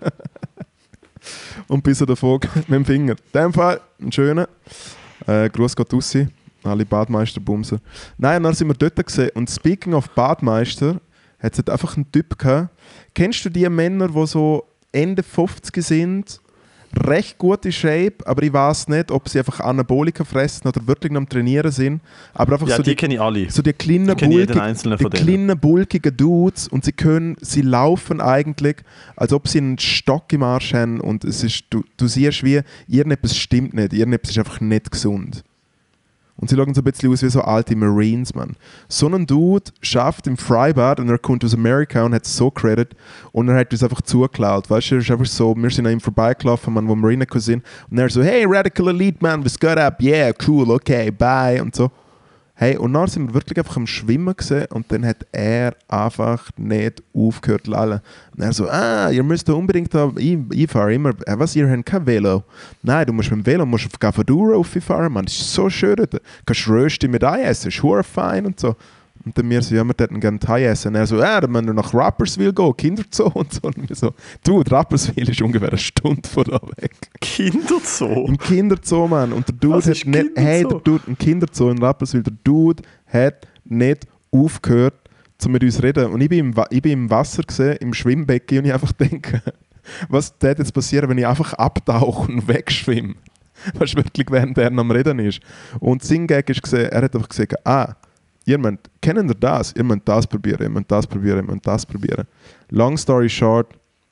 Und bis er davor mit dem Finger. In dem Fall einen schönen. Äh, Gruß geht raus, alle Badmeisterbumser. Nein, und dann sind wir dort gesehen. Und speaking of Badmeister, hat es halt einfach einen Typ gehabt. Kennst du die Männer, die so Ende fünfzig sind, recht gute Shape, aber ich weiß nicht, ob sie einfach Anabolika fressen oder wirklich noch am Trainieren sind. Aber einfach Ja, so die die, kenne ich alle. so die kleinen, Ich kenne jeden bulkig, einzelnen die von denen. kleinen, bulkigen Dudes und sie können, sie laufen eigentlich, als ob sie einen Stock im Arsch haben und es ist, du, du siehst wie, irgendetwas stimmt nicht, irgendetwas ist einfach nicht gesund. Und sie schauen so ein bisschen aus wie so alte Marines, man. So ein Dude schafft im Freibad und er kommt aus Amerika und hat so Credit und er hat uns einfach zugeklaut. Weißt du, er ist einfach so, wir sind an ihm vorbeigelaufen, man, wo wir reingekommen sind und er so, hey, Radical Elite, man, was geht ab? Yeah, cool, okay, bye und so. Hey, und dann sind wir wirklich einfach am Schwimmen gesehen und dann hat er einfach nicht aufgehört zu lallen. Und er so, ah, ihr müsst da unbedingt da, ich, ich fahre immer, äh, was, ihr habt kein Velo? Nein, du musst mit dem Velo musst auf Gafadura rauffahren, man, das ist so schön dort. Du kannst Rösti mit Ei essen, ist verdammt fein und so. Und dann wir so, ja, wir hätten gerne Thai essen. Und er so, ja, dann müssen wir nach Rapperswil gehen, Kinderzoo und so. Und wir so, du, Rapperswil ist ungefähr eine Stunde von da weg. Kinderzoo? Im Kinderzoo, Mann. Und der Dude Was hat ist nicht, hey, der Dude, im Kinderzoo in Rapperswil, der Dude hat nicht aufgehört, zu mit uns zu reden. Und ich bin im, Wa- ich bin im Wasser gesehen, im Schwimmbecken und ich einfach denke, was würde jetzt passieren, wenn ich einfach abtauche und wegschwimme? Was wirklich, während er am Reden ist. Und sein Gag ist gesehen, er hat einfach gesagt, ah, ihr müsst, kennen ihr das? Ihr müsst das probieren, ihr müsst das probieren, ihr müsst das probieren. Long story short,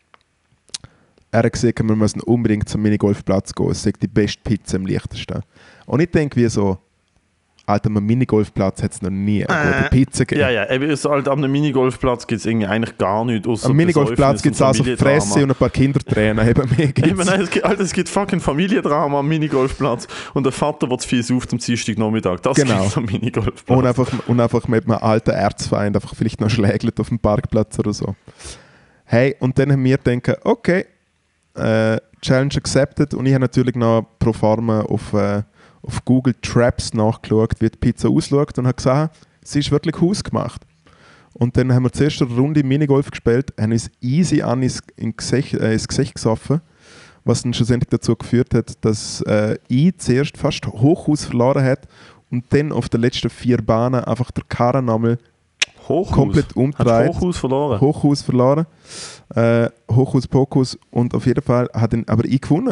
er hat gesagt, wir müssen unbedingt zum Minigolfplatz gehen. Es ist die beste Pizza im Liechtenstein. Und ich denke, wie so, Alter, am Minigolfplatz hat es noch nie eine gute Pizza gegeben. Ja, ja, eben, so, halt, am Minigolfplatz gibt es eigentlich gar nichts. Ausser Am Minigolfplatz gibt es also Fresse und ein paar Kindertränen. Eben mehr gibt's. Eben, nein, es gibt, Alter, es gibt fucking Familiendrama am Minigolfplatz und der Vater, der zu viel sauft am Dienstagnachmittag. Das Genau. gibt es am Minigolfplatz. Und einfach, und einfach mit einem alten Erzfeind einfach vielleicht noch schlägelt auf dem Parkplatz oder so. Hey, und dann haben wir gedacht, okay, äh, Challenge accepted. Und ich habe natürlich noch pro forma auf, äh, auf Google Traps nachgeschaut, wie die Pizza ausschaut und habe gesagt, sie ist wirklich hausgemacht. Und dann haben wir zuerst eine Runde Minigolf gespielt, haben uns easy an ins, in Gesicht, äh, ins Gesicht gesoffen, was dann schlussendlich dazu geführt hat, dass äh, ich zuerst fast Hochhaus verloren hat und dann auf den letzten vier Bahnen einfach der Karren einmal Hochhaus. komplett umgedreht. Hat Hochhaus verloren? Hochhaus verloren. Äh, Hochhaus Pokus und auf jeden Fall hat ihn aber ich gewonnen.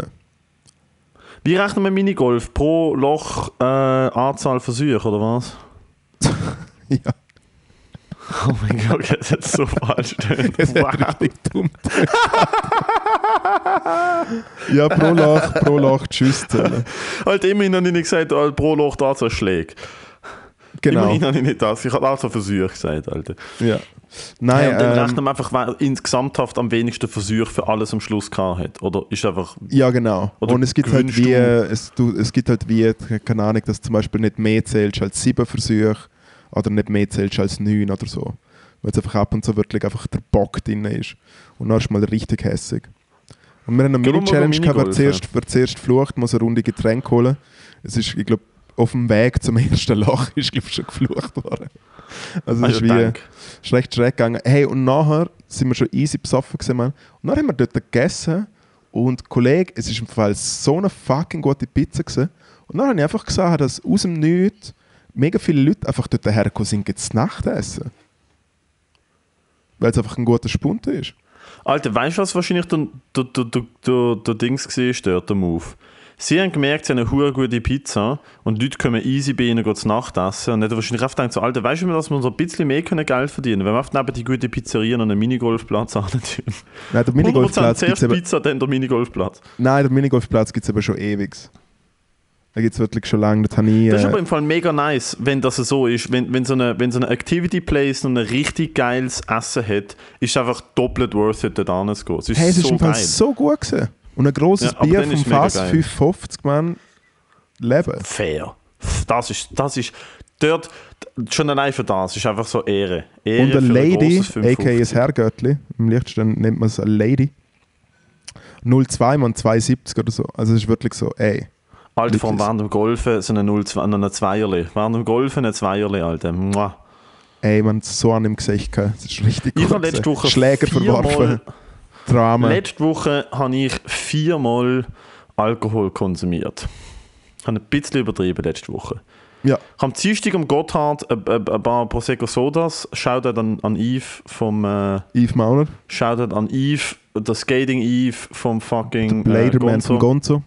Wie rechnen wir Minigolf? Pro Loch äh, Anzahl Versuche, oder was? Ja, Oh mein Gott, das ist jetzt so falsch. es Wow. hat richtig dumm. Ja, pro Loch, pro Loch, tschüss zählen. Halt, immerhin habe ich nicht gesagt, äh, pro Loch die Anzahl Schläge. Genau. Immerhin habe ich nicht das. Ich habe Anzahl Versuche gesagt, Alter. Ja. Hey, Nein, und dann ähm, rechnen wir einfach, wer insgesamthaft am wenigsten Versuche für alles am Schluss gehabt hat. Oder ist einfach... ja genau. Oder und es gibt halt gewünscht wie, du- es, du, es gibt halt wie, keine Ahnung, dass du zum Beispiel nicht mehr zählst als sieben Versuche oder nicht mehr zählst als neun oder so. Weil es einfach ab und zu wirklich einfach der Bock drin ist. Und dann ist mal richtig hässig. Und wir haben eine Gehen wir mal Mini-Challenge gehabt, wer Minigolfen. zuerst, wer zuerst flucht, muss eine Runde Getränk holen. Es ist, ich glaube, auf dem Weg zum ersten Loch ist, glaube ich, schon geflucht worden. Also es Also ist wie, denk. ist recht schräg gegangen. Hey, und nachher sind wir schon easy besoffen gewesen, Mann. Und dann haben wir dort gegessen und Kollege, es ist im Fall so eine fucking gute Pizza gewesen. Und dann habe ich einfach gesagt, dass aus dem Nichts mega viele Leute einfach dort hergekommen sind, jetzt Nacht essen. Weil es einfach ein guter Spunt ist. Alter, weißt du, was wahrscheinlich der, der, der, der, der, der Dings war, dort, der Move? Sie haben gemerkt, sie haben eine hure gute Pizza und die Leute kommen easy bei ihnen zu Nacht essen und dann hat wahrscheinlich einfach gedacht, so, Alter, weißt du, dass wir so ein bisschen mehr können Geld verdienen können, wenn wir einfach neben die gute Pizzeria noch einen Minigolfplatz haben. Nein, der Minigolfplatz zuerst gibt's eben, Pizza, dann der Minigolfplatz. nein, der Minigolfplatz gibt es aber schon ewig. Da gibt es wirklich schon lange. Das, ich, äh das ist aber im Fall mega nice, wenn das so ist. Wenn, wenn, so, eine, wenn so eine Activity Place und ein richtig geiles Essen hat, ist es einfach doppelt worth it, dort hinzugehen. Es ist hey, es so ist im Fall geil. so gut gewesen. Und ein grosses Ja, Bier vom Fass, fünf fünfzig, Mann. Leben. Fair. Das ist, das ist dort, schon allein für das, ist einfach so Ehre. Ehre und eine Lady, ein a k a ein Herrgöttli, im Lichtstand nennt man es eine Lady, null Komma zwei man zwei siebzig oder so. Also es ist wirklich so, ey. Alter, vor allem während dem Golfen so eine null Komma zwei, eine Zweierli. Während dem Golfen eine Zweierli, Alter. Mua. Ey, man hat so an ihm Gesicht gehabt. Das ist richtig ich gut. Letzte Woche Schläger verworfen. Drama. Letzte Woche habe ich viermal Alkohol konsumiert. Ich habe ein bisschen übertrieben letzte Woche. Ja. Ich habe am Dienstag am Gotthard ein, ein, ein paar Prosecco Sodas. Shoutout an, an Yves vom... Äh, Yves Mauner. Shoutout an Yves, der Skating Yves vom fucking der Bladerman äh, vom Gonzo.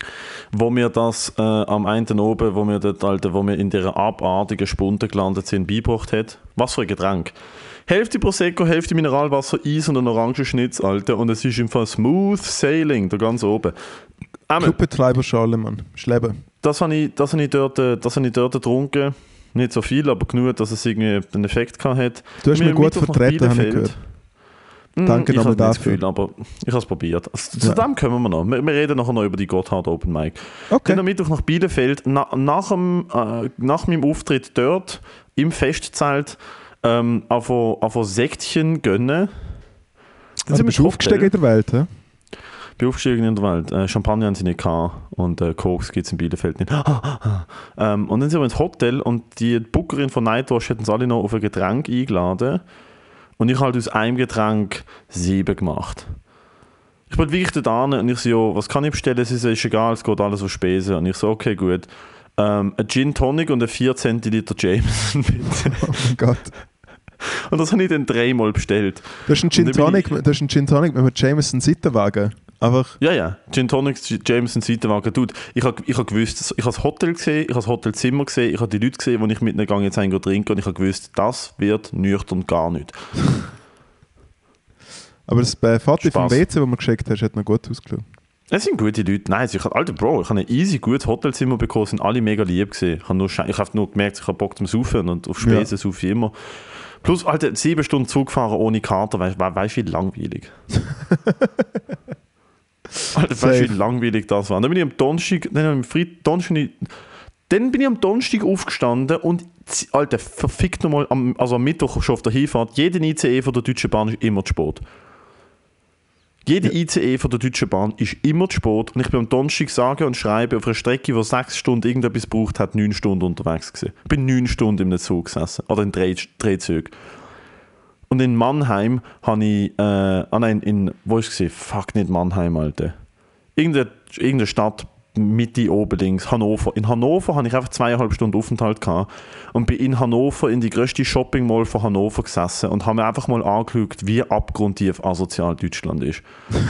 Wo wir das äh, am einen oben, wo wir, dort, Alter, wo wir in dieser abartigen Spunde gelandet sind, beigebracht hat. Was für ein Getränk. Hälfte Prosecco, Hälfte Mineralwasser, Eis und ein Orangenschnitz, Alter. Und es ist im Fall smooth sailing, da ganz oben. Clubbetreiberschale, Mann. Schleben. Das habe ich, das habe ich, dort, das habe ich dort getrunken. Nicht so viel, aber genug, dass es irgendwie einen Effekt hatte. Du hast mich gut vertreten, habe ich gehört. Danke nochmal dafür. Viel, aber ich habe es probiert. Also, zu ja. dem kommen wir noch. Wir, wir reden nachher noch über die Gotthard Open Mic. Okay. Dann am Mittwoch nach Bielefeld. Na, nach, dem, äh, nach meinem Auftritt dort im Festzelt ähm, auf ein Sektchen gönnen. Also bist du aufgestiegen in der Welt, hä? Ich bin aufgestiegen in der Welt. Äh, Champagner haben sie nicht gehabt und äh, Koks gibt es in Bielefeld nicht. ähm, und dann sind wir ins Hotel und die Bookerin von Nightwash hat uns alle noch auf ein Getränk eingeladen. Und ich habe halt aus einem Getränk sieben gemacht. Ich bin wirklich da und ich so, ja, was kann ich bestellen? Sie so, ist egal, es geht alles auf Spesen. Und ich so, okay, gut. Ähm, ein Gin Tonic und ein vier Zentiliter Jameson, bitte. Oh mein Gott. Und das habe ich dann dreimal bestellt. Du hast einen Gin Tonic, du hast einen Gin Tonic mit einem Jameson Seitenwagen. Einfach. Ja, ja. Gin Tonic, Jameson Seitenwagen. Dude, ich habe ich hab gewusst, ich habe das Hotel gesehen, ich habe das Hotelzimmer gesehen, ich habe die Leute gesehen, die ich mit ihnen gegangen jetzt trinken und ich habe gewusst, das wird nüchtern gar nicht. Aber das bei Fatih vom W C, das du mir geschickt hast, hat noch gut ausgeschaut. Es sind gute Leute. Nein, ich, Alter Bro, ich habe ein easy gutes Hotelzimmer bekommen, sind alle mega lieb gewesen. Ich habe nur, ich habe nur gemerkt, ich habe Bock zum Saufen und auf Spesen ja. saufe ich immer. Plus, Alter, sieben Stunden Zug fahren ohne Karte, weißt du, weißt, wie langweilig. Alter, weißt du, wie langweilig das war. Dann bin ich am Donnerstag, dann, am Fried, Donnerstag, dann bin ich am Donnerstag aufgestanden und, Alter, verfickt nochmal, am, also am Mittwoch schon auf der Hinfahrt, jeder I C E von der Deutschen Bahn ist immer zu spät. Jeder ja. I C E von der Deutschen Bahn ist immer zu spät und ich bin am Donnerstag sage und schreibe auf einer Strecke, die sechs Stunden irgendetwas braucht, hat neun Stunden unterwegs gewesen. Ich bin neun Stunden in einem Zug gesessen, oder in drei, drei Zügen. Und in Mannheim habe ich, äh, ah nein, in, wo ist es? Fuck, nicht Mannheim, Alter. Irgendeine, irgendeine Stadt, Mitte, oben links, Hannover. In Hannover hatte ich einfach zweieinhalb Stunden Aufenthalt gehabt und bin in Hannover in die grösste Shopping Mall von Hannover gesessen und habe mir einfach mal angeschaut, wie abgrundtief asozial Deutschland ist.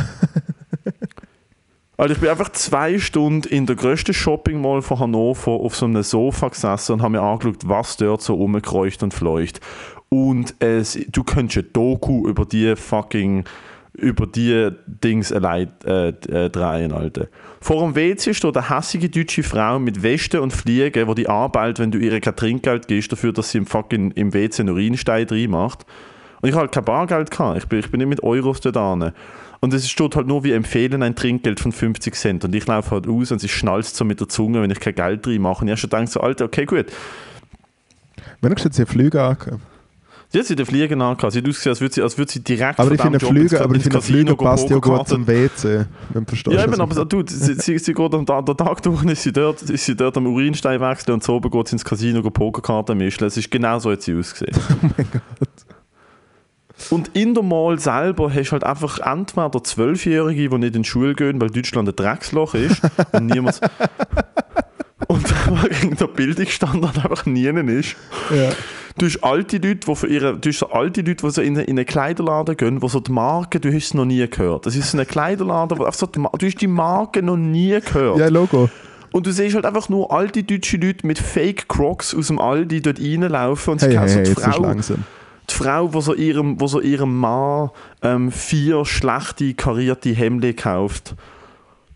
Also ich bin einfach zwei Stunden in der grössten Shopping Mall von Hannover auf so einem Sofa gesessen und habe mir angeschaut, was dort so rumkreucht und fleucht. Und es, du könntest ein Doku über die fucking, über die Dings allein äh, äh, drehen, Alter. Vor dem W C steht eine hässige deutsche Frau mit Weste und Fliegen, die dich anbellt, wenn du ihr kein Trinkgeld gibst, dafür, dass sie im fucking im W C einen Urinstein reinmacht. Und ich hatte halt kein Bargeld gehabt. Ich bin, ich bin nicht mit Euros da dran. Und es steht halt nur wie empfehlen ein Trinkgeld von fünfzig Cent. Und ich laufe halt aus und sie schnalzt so mit der Zunge, wenn ich kein Geld reinmache. Und ich habe schon gedacht, so, Alter, okay, gut. Wenn du jetzt Flüge angekommen? Sie hat sie den Flieger angehabt. Sie hat ausgesehen, als würde sie, als würde sie direkt aber ich finde Flüge, aber ich finde Flüge passt ja gut zum W C. Wenn du verstehst, ja, eben, aber du, sie, sie, sie geht am den Tag durch und ist sie dort, ist sie dort am Urinstein wechseln und so oben geht sie ins Casino Pokerkarten mischen. Es ist genau so, hat sie ausgesehen. Oh mein Gott. Und in der Mall selber hast du halt einfach entweder Zwölfjährige, die nicht in die Schule gehen, weil Deutschland ein Drecksloch ist und niemand und der Bildungsstandard einfach nie ist. Ja. Du hast alte Leute, die für ihre, du hast so alte Leute, die so in, in einen Kleiderladen gehen, wo so die Marke, du hast es noch nie gehört. Das ist so ein Kleiderladen, wo so die, du hast die Marke noch nie gehört. Ja, Logo. Und du siehst halt einfach nur alte deutsche Leute mit Fake Crocs aus dem Aldi dort reinlaufen und hey, sie hey, so hey, die jetzt Frau, langsam. die Frau, die so ihrem, wo so ihrem Mann ähm, vier schlechte, karierte Hemden kauft.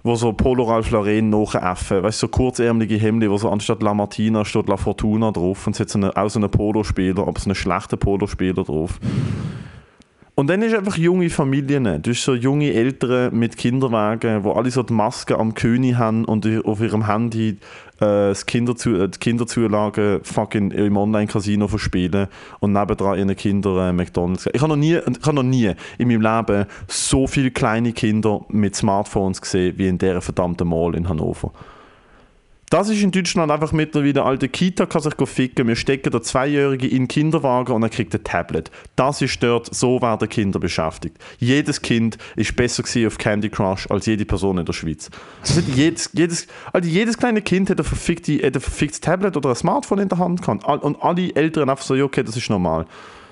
wo so Polo Ralph Lauren nachäffen. Weißt du, so kurzärmelige Hemden, wo so anstatt La Martina steht La Fortuna drauf und es hat so eine, auch so einen Polospieler, aber so einen schlechten Polospieler drauf. Und dann ist einfach junge Familien, du hast so junge Eltern mit Kinderwagen, wo alle so die Maske am König haben und auf ihrem Handy äh, das Kinderzu- äh, die Kinderzulagen fucking im Online-Casino verspielen und nebendran ihren Kindern äh, McDonalds. Ich habe noch nie, ich habe noch nie in meinem Leben so viele kleine Kinder mit Smartphones gesehen wie in dieser verdammten Mall in Hannover. Das ist in Deutschland einfach mittlerweile, alte Kita kann sich ficken. Wir stecken der Zweijährige in den Kinderwagen und er kriegt ein Tablet. Das ist dort, so werden Kinder beschäftigt. Jedes Kind ist besser gewesen auf Candy Crush als jede Person in der Schweiz. Also jedes, jedes, also jedes kleine Kind hat ein, verfickte, hat ein verficktes Tablet oder ein Smartphone in der Hand gehabt. Und alle Eltern einfach so, ja, okay, das ist normal.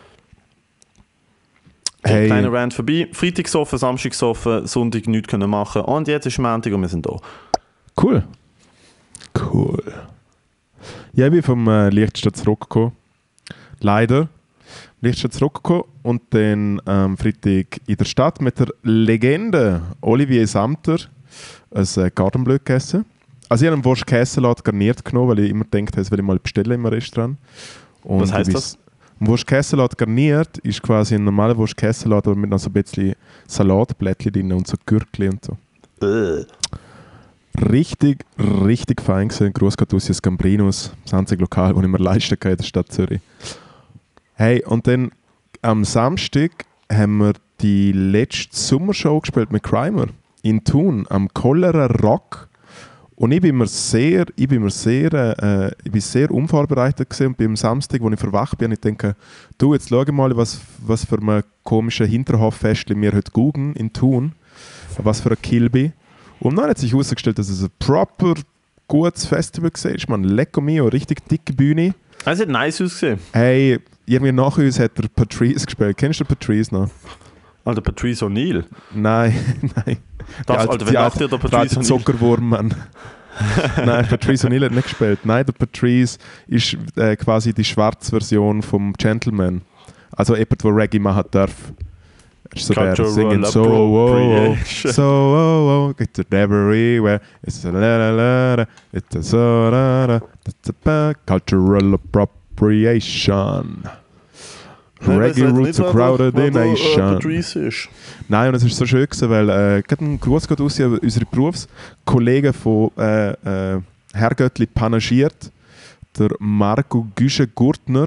Hey. Kleiner Rant vorbei. Freitag gesoffen, Samstag gesoffen, Sonntag nichts können machen. Und jetzt ist Montag und wir sind da. Cool. Cool. Ja, ich bin vom äh, Lichtstadt zurückgekommen. Leider. Lichtstadt zurückgekommen und dann am ähm, Freitag in der Stadt mit der Legende Olivier Samter ein äh, Gartenblöd gegessen. Also ich habe einen Wurst-Käsesalat garniert genommen, weil ich immer gedacht habe, das will ich mal bestellen im Restaurant. Und was heisst das? Ein Wurst-Käsesalat garniert ist quasi ein normaler Wurst-Käsesalat, aber mit noch so ein bisschen Salatblättchen drin und so Gürkli und so. Äh. Richtig, richtig fein gewesen. Gruß geht aus aus Gambrinus, das einzige Lokal, das ich mir leisten kann in der Stadt Zürich. Hey, und dann am Samstag haben wir die letzte Sommershow gespielt mit Crimer in Thun, am Cholera Rock. Und ich bin mir sehr, ich bin mir sehr, äh, ich bin sehr unvorbereitet gewesen. Und beim Samstag, als ich verwacht bin, ich denke, du, jetzt schau mal, was, was für ein komisches Hinterhoffestchen wir heute googeln in Thun. Was für ein Kilby. Und dann hat sich herausgestellt, dass es ein proper gutes Festival war. Man, Lecco mio, richtig dicke Bühne. Es hat nice ausgesehen. Hey, irgendwie nach uns hat der Patrice gespielt. Kennst du den Patrice noch? Alter, Patrice O'Neill? Nein, nein. Das, alte, Alter, wer dachte der Patrice O'Neill? Zuckerwurm, Mann. Nein, Patrice O'Neill hat nicht gespielt. Nein, der Patrice ist äh, quasi die schwarze Version vom Gentleman. Also jemand, der Reggae machen darf. So der singen so oh, oh, so oh, oh, it's everywhere, it's a la la la, it's a so la la, it's a cultural appropriation. Reggae roots a crowded nation. Nein, und es ist so schön gewesen, weil äh, gerade ein Gruß geht aus an unsere Berufskollegen von äh, äh, Herrgöttli panaschiert, der Marco Güsche-Gurtner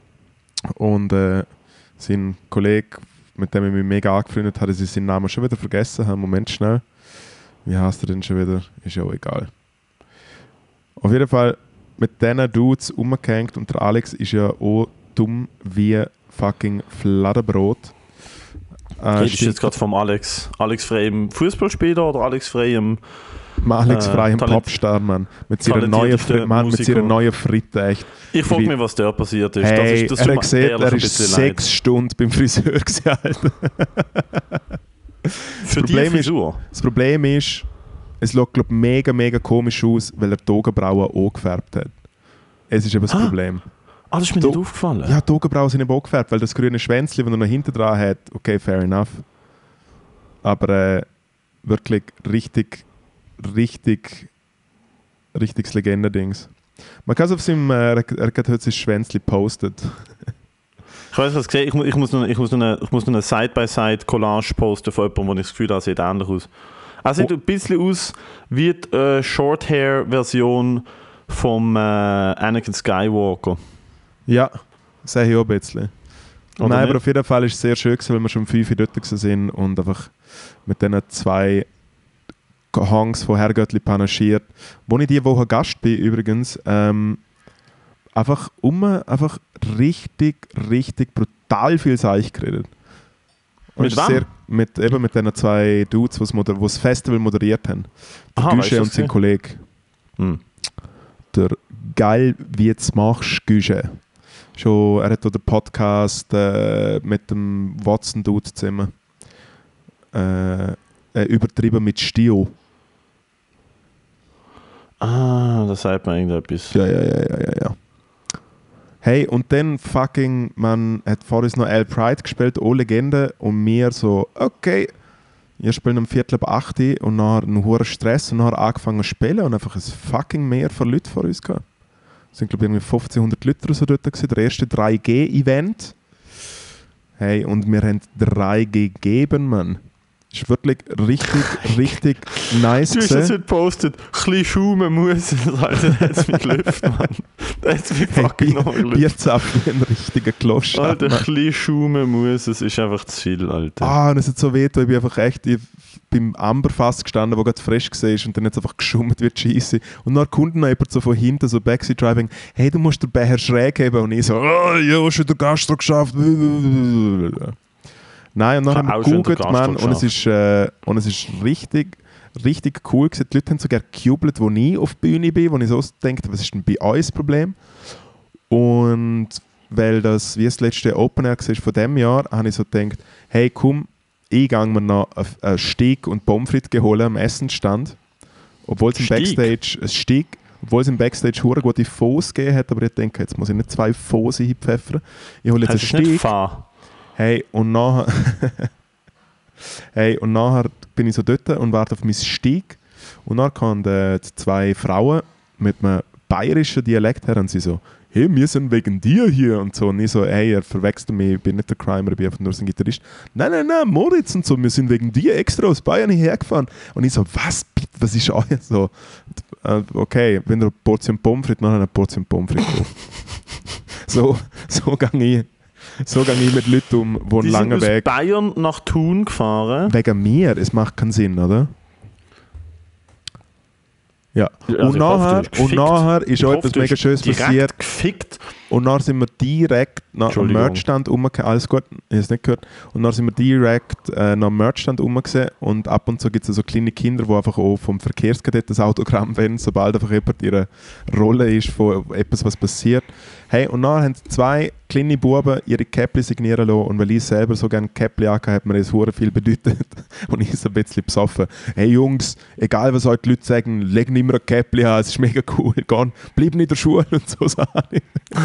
und äh, sein Kollege, mit dem ich mich mega angefreundet habe, dass ich seinen Namen schon wieder vergessen habe. Moment schnell. Wie heißt er denn schon wieder? Ist ja auch egal. Auf jeden Fall mit diesen Dudes umgehängt und der Alex ist ja auch dumm wie fucking Fladenbrot. Äh, Redest du jetzt gerade vom Alex? Alex Frey im Fußballspieler oder Alex Frey im Alex Frey im äh, Popstar, Mann. Mit seiner neuen, Fri- Mann, mit seiner neuen Fritte, echt. Ich frage mich, was da passiert ist. Hey, das ist das er hat gesehen, er ist sechs leid. Stunden beim Friseur gewesen, Alter. Für die Frisur? Ist, das Problem ist, es schaut, glaub, mega, mega komisch aus, weil er die Augenbrauen auch gefärbt hat. Es ist eben das ah. Problem. Ah, das ist mir Do- nicht aufgefallen. Ja, die Augenbrauen sind eben auch gefärbt, weil das grüne Schwänzchen, das er noch hinten dran hat, okay, fair enough. Aber äh, wirklich richtig, richtig, richtiges Legende-Dings. Man kann es auf seinem, äh, er, er hat heute sein Schwänzchen postet. Ich weiß, was gesehen. Ich, ich muss noch, ich muss noch eine, ich muss noch eine Side-by-Side-Collage posten von jemandem, wo ich das Gefühl habe, sieht ähnlich aus. Er sieht oh. ein bisschen aus wie die äh, Short-Hair-Version vom äh, Anakin Skywalker. Ja, sehe ich auch ein bisschen. Oder Nein, nicht? aber auf jeden Fall ist es sehr schön, weil wir schon fünf dort waren und einfach mit diesen zwei Hangs von Herrgöttli panaschiert, wo ich diese Woche Gast bin übrigens, ähm, einfach um einfach richtig, richtig brutal viel Seich geredet. Und Mit ist wem? Sehr, mit, eben mit diesen zwei Dudes, die moder- das Festival moderiert haben. Der Aha, Güsche weißt du und das sein nicht? Kollege. Hm. Der «Geil, wie jetzt machst, Güsche». Schon, er hat auch den Podcast äh, mit dem Watson-Dude zusammen. Äh, äh, übertrieben mit Stil. Ah, da sagt man irgendetwas. Ja, ja, ja, ja, ja, ja. Hey, und dann fucking, man hat vor uns noch Al Pride gespielt, auch Legende, und mir so, okay, Ich spiele um Viertel ab acht und dann einen hohen Stress und dann angefangen zu spielen und einfach ein fucking Meer von Leuten vor uns gehabt. Es sind, glaube ich, fünfzehnhundert Leute oder so dort gewesen, der erste drei G Event. Hey, und wir haben drei G gegeben, Mann. Das war wirklich richtig, richtig nice. Du hast das heute gepostet. Ein Schaumen muss es. Alter, der hat es mich gelüpft, Mann. Der hat es mich fucking hey, noch gelüpft. Bierzapfen wie ein richtiger Klosch. Alter, ein bisschen Schaumen muss es. Ist einfach zu viel, Alter. Ah, und es hat so weh, ich bin einfach echt ich beim Amberfass gestanden, wo gerade frisch war und dann hat es einfach geschummt wie Scheisse. Und dann kommt noch jemand so von hinten, so Backseat Driving, hey, du musst den Becher schräg haben. Und ich so, oh, ja, schon der Gastro geschafft. Nein, und dann haben wir gegoogelt, Mann, und es ist, äh, und es ist richtig, richtig cool gewesen. Die Leute haben sogar gejubelt, wo ich auf der Bühne bin, wo ich so denke, was ist denn bei uns das Problem? Und weil das, wie das letzte Open Air war von diesem Jahr, habe ich so gedacht, hey, komm, ich gehe mir noch einen Steak und Pommes frites holen am Essensstand. Obwohl es im Backstage, ein Steak, obwohl es im Backstage hure gute Fos gegeben hat, aber ich denke, jetzt muss ich nicht zwei Fos hinpfeffern. Ich hole jetzt einen Steak. Hey, und nachher, hey, und nachher bin ich so dort und warte auf meinen Steak. Und dann kamen äh, zwei Frauen mit einem bayerischen Dialekt her und sie so, hey, wir sind wegen dir hier und so. Und ich so, hey, er verwechselt mich, ich bin nicht der Crimer, ich bin einfach nur ein Gitarrist. Nein, nein, nein, Moritz und so, wir sind wegen dir extra aus Bayern hierher gefahren. Und ich so, was, bitte, was ist euer so? Okay, wenn ihr eine Portion Pommes frites, dann eine Portion Pommes frites. so, so gehe ich. So gehe ich mit Leuten um, die einen langen Weg... Die sind aus Bayern nach Thun gefahren. Wegen mir, es macht keinen Sinn, oder? Ja. Also und, nachher, hoffe, und nachher ist auch etwas mega Schönes passiert. Gefickt. Und dann sind wir direkt nach dem Merchstand umgekommen. Alles gut, ich habe es nicht gehört. Und dann sind wir direkt äh, nach dem Merchstand umgekommen. Und ab und zu gibt es so kleine Kinder, die einfach auch vom Verkehrskadett das Autogramm wollen, sobald einfach jemand ihre Rolle ist von etwas, was passiert. Hey, und dann haben zwei kleine Buben ihre Käppli signieren lassen. Und weil ich selber so gerne Käppli hatte, hat mir das hure viel bedeutet. Und ich so ein bisschen besoffen. Hey Jungs, egal was euch die Leute sagen, legen immer ein Käppli an, es ist mega cool. Gehen, bleiben in der Schule und so Sachen.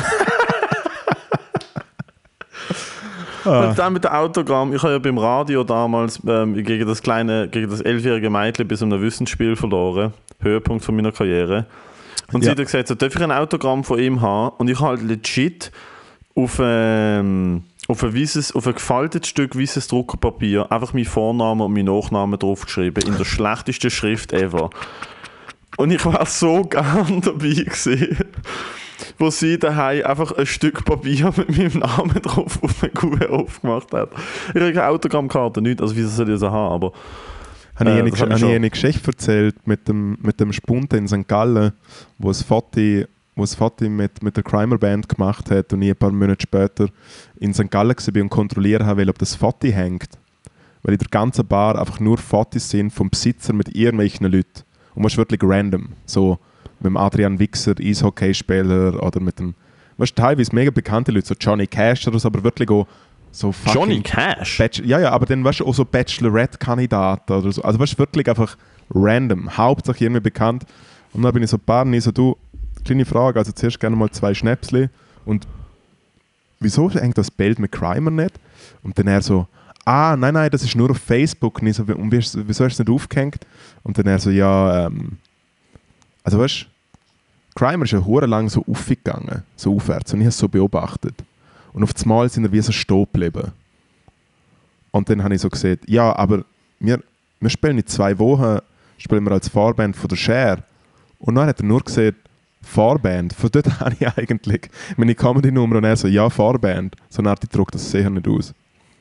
Ah. Und dann mit dem Autogramm, ich habe ja beim Radio damals ähm, gegen das kleine, gegen das elfjährige Mädchen bis um ein Wissensspiel verloren. Höhepunkt von meiner Karriere. Und ja. Sie hat gesagt, so, darf ich ein Autogramm von ihm haben? Und ich habe halt legit auf, ähm, auf, ein weißes, auf ein gefaltetes Stück weißes Druckerpapier einfach meinen Vornamen und meinen Nachnamen draufgeschrieben, in der schlechtesten Schrift ever. Und ich war so gern dabei gewesen, wo sie daheim einfach ein Stück Papier mit meinem Namen drauf auf eine Kuh aufgemacht hat. Ich habe keine Autogrammkarte, nicht, also wieso soll ich das haben, aber... Habe äh, ich, eine, eine Geschichte erzählt mit dem, mit dem Spunte in Sankt Gallen, wo es Foti, wo es Foti mit, mit der Crimer Band gemacht hat und ich ein paar Monate später in Sankt Gallen war und kontrollieren wollte, ob das Foti hängt. Weil in der ganzen Bar einfach nur Fotos sind vom Besitzer mit irgendwelchen Leuten. Und man ist wirklich random. So mit dem Adrian Wichser, Eishockeyspieler oder mit dem, weißt du, teilweise mega bekannte Leute, so Johnny Cash oder so, aber wirklich auch so fucking... Johnny Cash? Bachelor, ja, ja, aber dann weißt du auch so Bachelorette-Kandidaten oder so. Also weißt du, wirklich einfach random, hauptsächlich irgendwie bekannt. Und dann bin ich so ein paar und ich so, du, kleine Frage, also zuerst gerne mal zwei Schnäpsli und wieso hängt das Bild mit Crimer nicht? Und dann er so, ah, nein, nein, das ist nur auf Facebook. Und ich so, und wieso hast du es nicht aufgehängt? Und dann er so, ja, ähm, also weißt du, Crimer ist ja hure lang so aufgegangen, so aufwärts, und ich habe es so beobachtet. Und auf einmal sind wir wie so stehen geblieben. Und dann habe ich so gesagt, ja, aber wir, wir spielen in zwei Wochen, spielen wir als Vorband von der Share. Und dann hat er nur gesagt, Vorband, von dort habe ich eigentlich meine Comedy-Nummer und er so, ja, Vorband. So eine Art, ich druck das sicher nicht aus.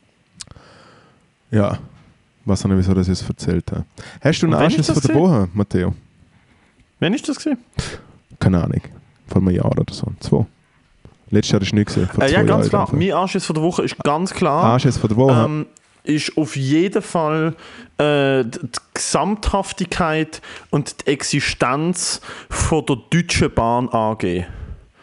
Ja, weiß nicht, wieso ich es erzählt habe. Hast du einen Anschluss von der Woche, Matteo? Wann ist das gewesen? Keine Ahnung, vor einem Jahr oder so, zwei. Letztes Jahr ist nichts gesehen. Äh, ja, ganz klar. Mein Anschiss von der Woche ist ganz klar. Anschiss von der Woche ähm, ist auf jeden Fall äh, die Gesamthaftigkeit und die Existenz von der Deutschen Bahn A G.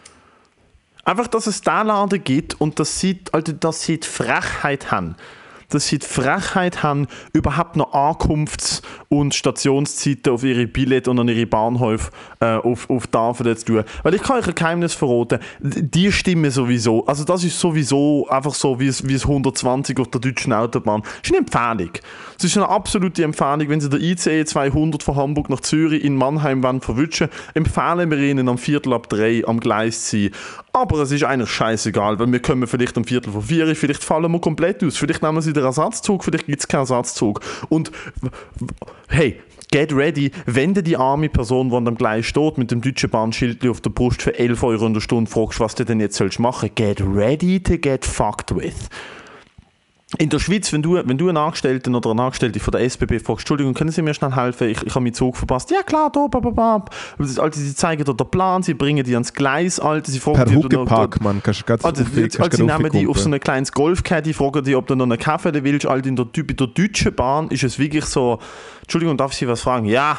Einfach, dass es diesen Laden gibt und dass sie, also, dass sie die Frechheit haben, dass sie die Frechheit haben, überhaupt noch Ankunfts- und Stationszeiten auf ihre Billette und an ihre Bahnhöfe äh, auf, auf Tafeln zu tun. Weil ich kann euch ein Geheimnis verraten, die stimmen sowieso. Also das ist sowieso einfach so wie es, wie es hundertzwanzig auf der deutschen Autobahn. Das ist eine Empfehlung. Es ist eine absolute Empfehlung, wenn Sie der I C E zweihundert von Hamburg nach Zürich in Mannheim wollen verwutschen, empfehlen wir Ihnen am Viertel ab drei am Gleis zu sein. Aber es ist eigentlich scheißegal, weil wir kommen vielleicht am Viertel vor vier, vielleicht fallen wir komplett aus, vielleicht nehmen Sie den Ersatzzug, vielleicht gibt es keinen Ersatzzug. Und hey, get ready, wenn du die arme Person, die am Gleis steht, mit dem deutschen Bahnschild auf der Brust für elf Euro in der Stunde fragst, was du denn jetzt sollst machen, get ready to get fucked with. In der Schweiz, wenn du, wenn du einen Angestellten oder eine Angestellte von der S B B fragst, Entschuldigung, können Sie mir schnell helfen, ich, ich habe meinen Zug verpasst. Ja klar, da, bababab. Alter, sie zeigen dir den Plan, sie bringen die ans Gleis, Alter, sie fragen per die... Per Huckepack, Mann, kannst du ganz also, viel, also, sie nehmen die auf so ein kleines Golfcaddy, fragen die, ob du noch einen Kaffee willst. Alter, in der, bei der deutschen Bahn ist es wirklich so, Entschuldigung, darf ich Sie was fragen? Ja,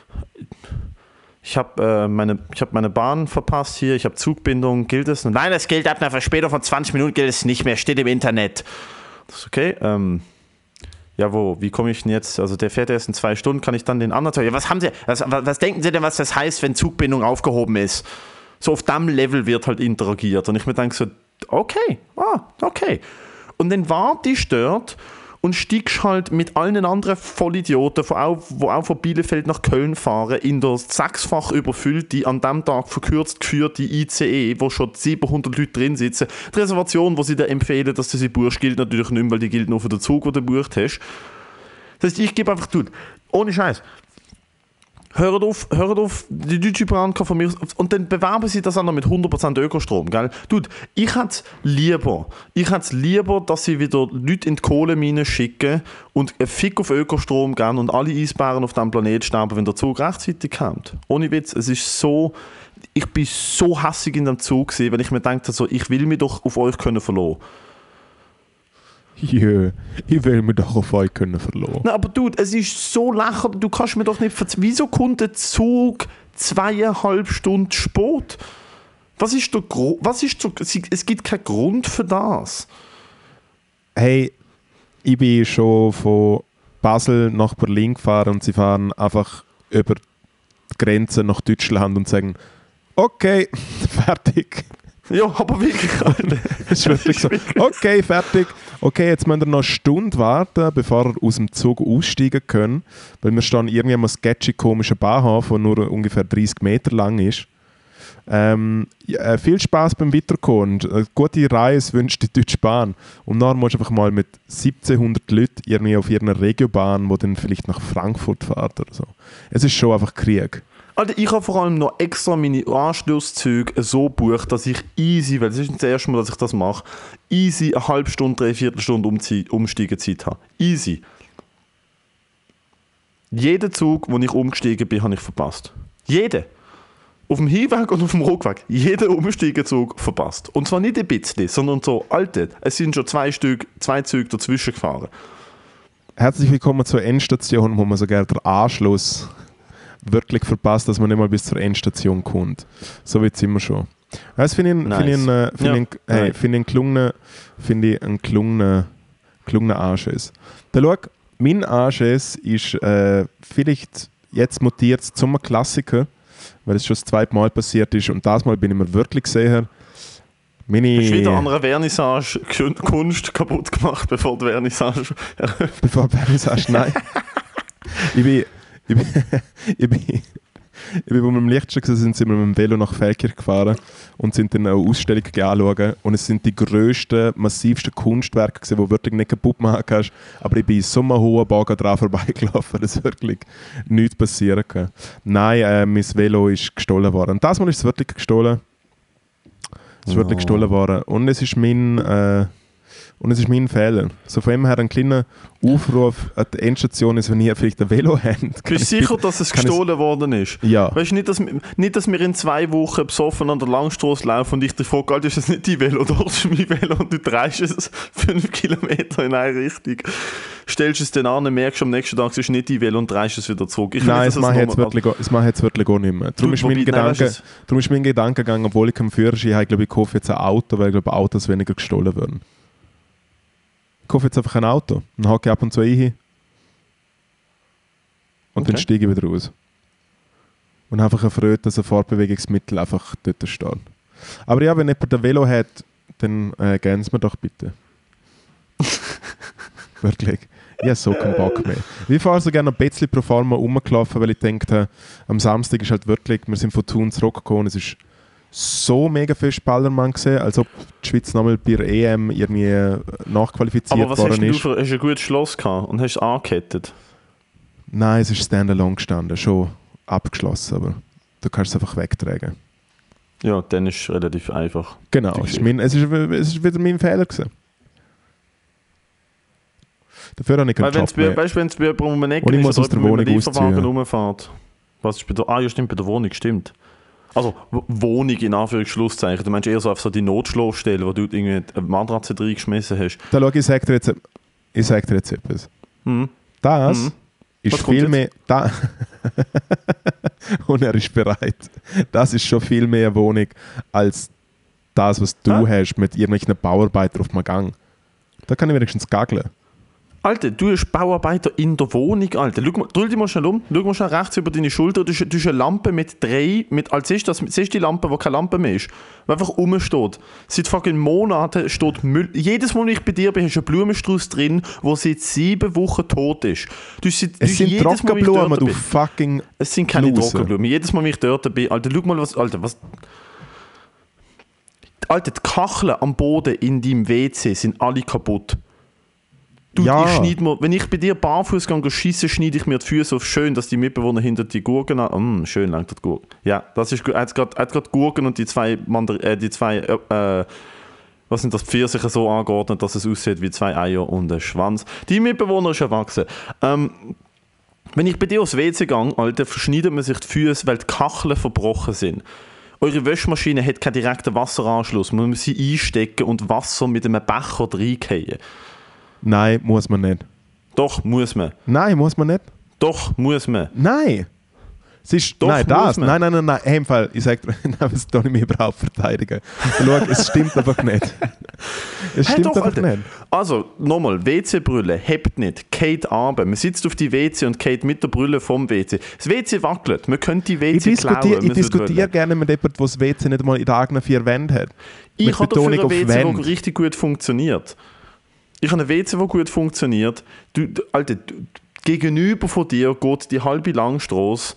ich habe äh, meine, hab meine Bahn verpasst hier, ich habe Zugbindung, gilt es? Nein, das gilt ab einer Verspätung von zwanzig Minuten, gilt es nicht mehr, steht im Internet. Das ist okay. Ähm, ja, wo? Wie komme ich denn jetzt? Also der fährt erst in zwei Stunden, kann ich dann den anderen... Ja, was haben Sie... Was, was denken Sie denn, was das heißt, wenn Zugbindung aufgehoben ist? So auf dem Level wird halt interagiert. Und ich mir denke so, okay, ah, okay. Und dann wartest du dort und steigst halt mit allen anderen Vollidioten, die auch, die auch von Bielefeld nach Köln fahren, in der sechsfach überfüllte, an diesem Tag verkürzt geführte I C E, wo schon siebenhundert Leute drin sitzen. Die Reservation, die sie dir empfehlen, dass du sie buchst, gilt natürlich nicht mehr, weil die gilt nur für den Zug, den du gebucht hast. Das heißt, ich gebe einfach, dude, ohne Scheiß. Hört auf, hört auf, die Deutsche Bahn kann von mir... Und dann bewerben sie das auch noch mit hundert Prozent Ökostrom, gell? Dude, ich hätte es lieber, ich hätte es lieber, dass sie wieder Leute in die Kohlemine schicken und einen Fick auf Ökostrom geben und alle Eisbären auf diesem Planeten sterben, wenn der Zug rechtzeitig kommt. Ohne Witz, es ist so... Ich bin so hassig in dem Zug gewesen, weil ich mir dachte, also, ich will mich doch auf euch können verlassen. Ja, ich will mich doch auf euch können verlassen. Nein, aber dude, es ist so lächerlich, du kannst mir doch nicht verzeihen. Wieso kommt der Zug zweieinhalb Stunden spät? Was ist der Grund? Was ist der, es gibt keinen Grund für das. Hey, ich bin schon von Basel nach Berlin gefahren und sie fahren einfach über die Grenze nach Deutschland und sagen, okay, fertig. Ja, aber wirklich, Alter. Es ist wirklich so, okay, fertig. Okay, jetzt müssen wir noch eine Stunde warten, bevor wir aus dem Zug aussteigen können, weil wir stehen irgendwie am sketchy komischen Bahnhof, der nur ungefähr dreißig Meter lang ist. Ähm, ja, viel Spaß beim Weiterkommen. Eine gute Reise wünscht die Deutsche Bahn. Und dann musst du einfach mal mit siebzehnhundert Leuten irgendwie auf ihrer Regiobahn, die dann vielleicht nach Frankfurt fährt oder so. Es ist schon einfach Krieg. Alter, ich habe vor allem noch extra meine Anschlusszüge so gebucht, dass ich easy, weil das ist das erste Mal, dass ich das mache, easy eine halbe Stunde, dreiviertel Stunde Umzie- Umsteigezeit habe. Easy. Jeden Zug, wo ich umgestiegen bin, habe ich verpasst. Jeden. Auf dem Hinweg und auf dem Rückweg. Jeden Umsteigezug verpasst. Und zwar nicht ein bisschen, sondern so, Alter, es sind schon zwei Stück, zwei Züge dazwischen gefahren. Herzlich willkommen zur Endstation, wo man sogar den Anschluss wirklich verpasst, dass man nicht mal bis zur Endstation kommt. So wird es immer schon. Das finde ich, nice. find ich, einen, find ja. ich, hey, find ich einen gelungenen, find ich einen gelungenen, gelungenen Anschiss. Da schau, mein Anschiss ist äh, vielleicht jetzt mutiert zum Klassiker, weil es schon das zweite Mal passiert ist und das Mal bin ich mir wirklich sicher, meine... Hast du wieder an einer Vernissage Kunst kaputt gemacht, bevor die Vernissage... bevor die Vernissage, nein. ich bin... Ich bin, ich bin, ich bin, wo wir am Lichtsten waren, sind wir mit dem Velo nach Feldkirch gefahren und sind dann eine Ausstellung anschauen. Und es sind die grössten, massivsten Kunstwerke, die du wirklich nicht kaputt machen kannst. Aber ich bin in so einem hohen Bogen dran vorbeigelaufen, dass wirklich nichts passieren kann. Nein, äh, mein Velo ist gestohlen worden. Und das Mal ist es wirklich gestohlen. Es ist oh. wirklich gestohlen worden. Und es ist mein... Äh, Und es ist mein Fehler. So von dem her ein kleiner Aufruf an die Endstation ist, wenn ihr vielleicht ein Velo habt. Bist du sicher, dass es gestohlen worden ist? Ja. Weißt du, nicht dass, nicht, dass wir in zwei Wochen besoffen an der Langstrasse laufen und ich dich frage, Alter, ist das nicht dein Velo? Doch, das ist mein Velo und du drehst es fünf Kilometer in eine Richtung. Stellst es dann an und merkst am nächsten Tag, es ist nicht dein Velo und drehst es wieder zurück. Ich Nein, das mache ich jetzt wirklich, jetzt wirklich gar nicht mehr. Darum du, ist mein Gedanke, nein, darum ist mein Gedanke gegangen, obwohl ich keinen Führerschein habe, glaube ich, kaufe jetzt ein Auto, weil ich glaube, Autos weniger gestohlen werden. kaufe jetzt einfach ein Auto und hake ab und zu ein und okay. dann steige ich wieder raus. Und einfach erfreut, dass ein Fortbewegungsmittel einfach dort steht. Aber ja, wenn jemand ein Velo hat, dann äh, geben Sie mir doch bitte. Wirklich. Ich habe so keinen Bock mehr. Ich fahre so gerne ein bisschen pro forma rumgelaufen, weil ich dachte, am Samstag ist halt wirklich, wir sind von Thun zurückgekommen, es ist so mega viel Ballermann gesehen, als ob die Schweiz nochmal bei der E M irgendwie nachqualifiziert worden ist. Aber was hast du für, hast du ein gutes Schloss gehabt und hast es angekettet? Nein, es ist standalone gestanden, schon abgeschlossen, aber du kannst es einfach wegtragen. Ja, dann ist es relativ einfach. Genau, es ist, mein, es, ist, es ist wieder mein Fehler gewesen. Dafür habe ich keinen Job mehr. Weißt du, wenn es bei jemandem um eine Ecke und ich ist, muss aus der Wohnung ausziehen. Rumfährt. Was ist bei der, ah ja, stimmt, bei der Wohnung, stimmt. Also, Wohnung in Anführungsschlusszeichen. Du meinst eher so auf so die Notschlafstelle, wo du irgendwie eine Matratze reingeschmissen hast. Da schau, ich sage dir jetzt, ich sag dir jetzt etwas. Mhm. Das mhm. ist Was viel mehr... Da und er ist bereit. Das ist schon viel mehr eine Wohnung als das, was du ah? hast mit irgendwelchen Bauarbeitern auf dem Gang. Da kann ich wenigstens gaggeln. Alter, du bist Bauarbeiter in der Wohnung, Alter. Schau mal, drück dich mal schnell um. Schau mal schnell rechts über deine Schulter. Du hast, du hast eine Lampe mit drei, mit, als siehst du die Lampe, die keine Lampe mehr ist, die einfach rumsteht. Seit fucking Monaten steht Müll. Jedes Mal, wenn ich bei dir bin, hast du einen Blumenstrauß drin, der seit sieben Wochen tot ist. Du, seit, es sind Trockenblumen, du fucking Es sind keine Trockenblumen. Jedes Mal, wenn ich dort bin, Alter, schau mal, was, Alter, was... Alter, die Kacheln am Boden in deinem W C sind alle kaputt. Du, ja. ich schneid mir, wenn ich bei dir barfuß gehe schiessen, schneide ich mir die Füße auf schön, dass die Mitbewohner hinter die Gurken an. Mm, schön langt die Gurken. Ja, das ist gut. Er hat gerade Gurken und die zwei, Mandar äh, die zwei äh, was sind das, Pfirsiche so angeordnet, dass es aussieht wie zwei Eier und ein Schwanz. Die Mitbewohner ist erwachsen. Ähm, wenn ich bei dir aufs W C gehe, Alter, verschneidet man sich die Füße, weil die Kacheln verbrochen sind. Eure Wäschmaschine hat keinen direkten Wasseranschluss. Man muss sie einstecken und Wasser mit einem Becher reingehen. Nein, muss man nicht. Doch, muss man. Nein, muss man nicht. Doch, muss man. Nein. Es ist, Doch, nein, das. Man. Nein, nein, nein, nein. Hey, im Fall, ich sage dir, das kann ich mich überhaupt verteidigen. Schau, es stimmt einfach nicht. Es hey, stimmt doch, einfach Alter. nicht. Also, nochmal, W C-Brille, hebt nicht, geht runter. Man sitzt auf die W C und geht mit der Brille vom W C. Das W C wackelt, man könnte die W C ich klauen. Diskutier, ich diskutiere gerne mit jemandem, der das W C nicht mal in den eigenen vier Wänden hat. Ich habe dafür ein W C, das richtig gut funktioniert. Ich habe ein W C, das gut funktioniert. Du, du, Alter, du, gegenüber von dir geht die halbe Langstrasse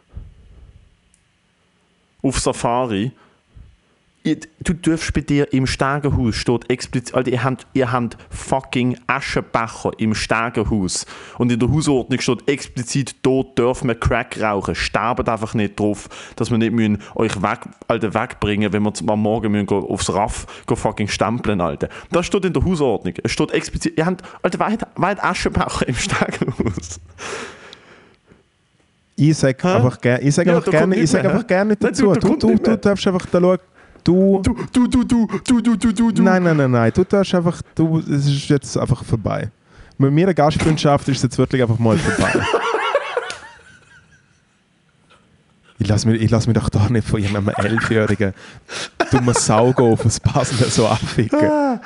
auf Safari. Du darfst bei dir im Stegenhaus steht explizit, Alter, ihr habt, ihr habt fucking Aschenbecher im Stegenhaus. Und in der Hausordnung steht explizit, dort dürfen wir Crack rauchen. Sterbt einfach nicht drauf, dass wir nicht müssen euch weg, Alter, wegbringen, wenn wir am Morgen müssen aufs Raff go fucking stempeln, Alter. Das steht in der Hausordnung. Es steht explizit, ihr habt, Alter, wer hat, wer hat Aschenbecher im Stegenhaus? Ich sage einfach, ger ich sag ja, einfach gerne ich sag einfach gern nicht dazu. Nein, du, du, du, du darfst einfach da schauen. Du, du, du, du, du, du, du, du, du, du. Nein, nein, nein, nein. Du darfst einfach, du, es ist jetzt einfach vorbei. Mit mir eine Gastfreundschaft ist es jetzt wirklich einfach mal vorbei. Ich lasse mich, lass mich doch da nicht von irgendeinem elfjährigen dummen Saugo auf das Passende so abficken.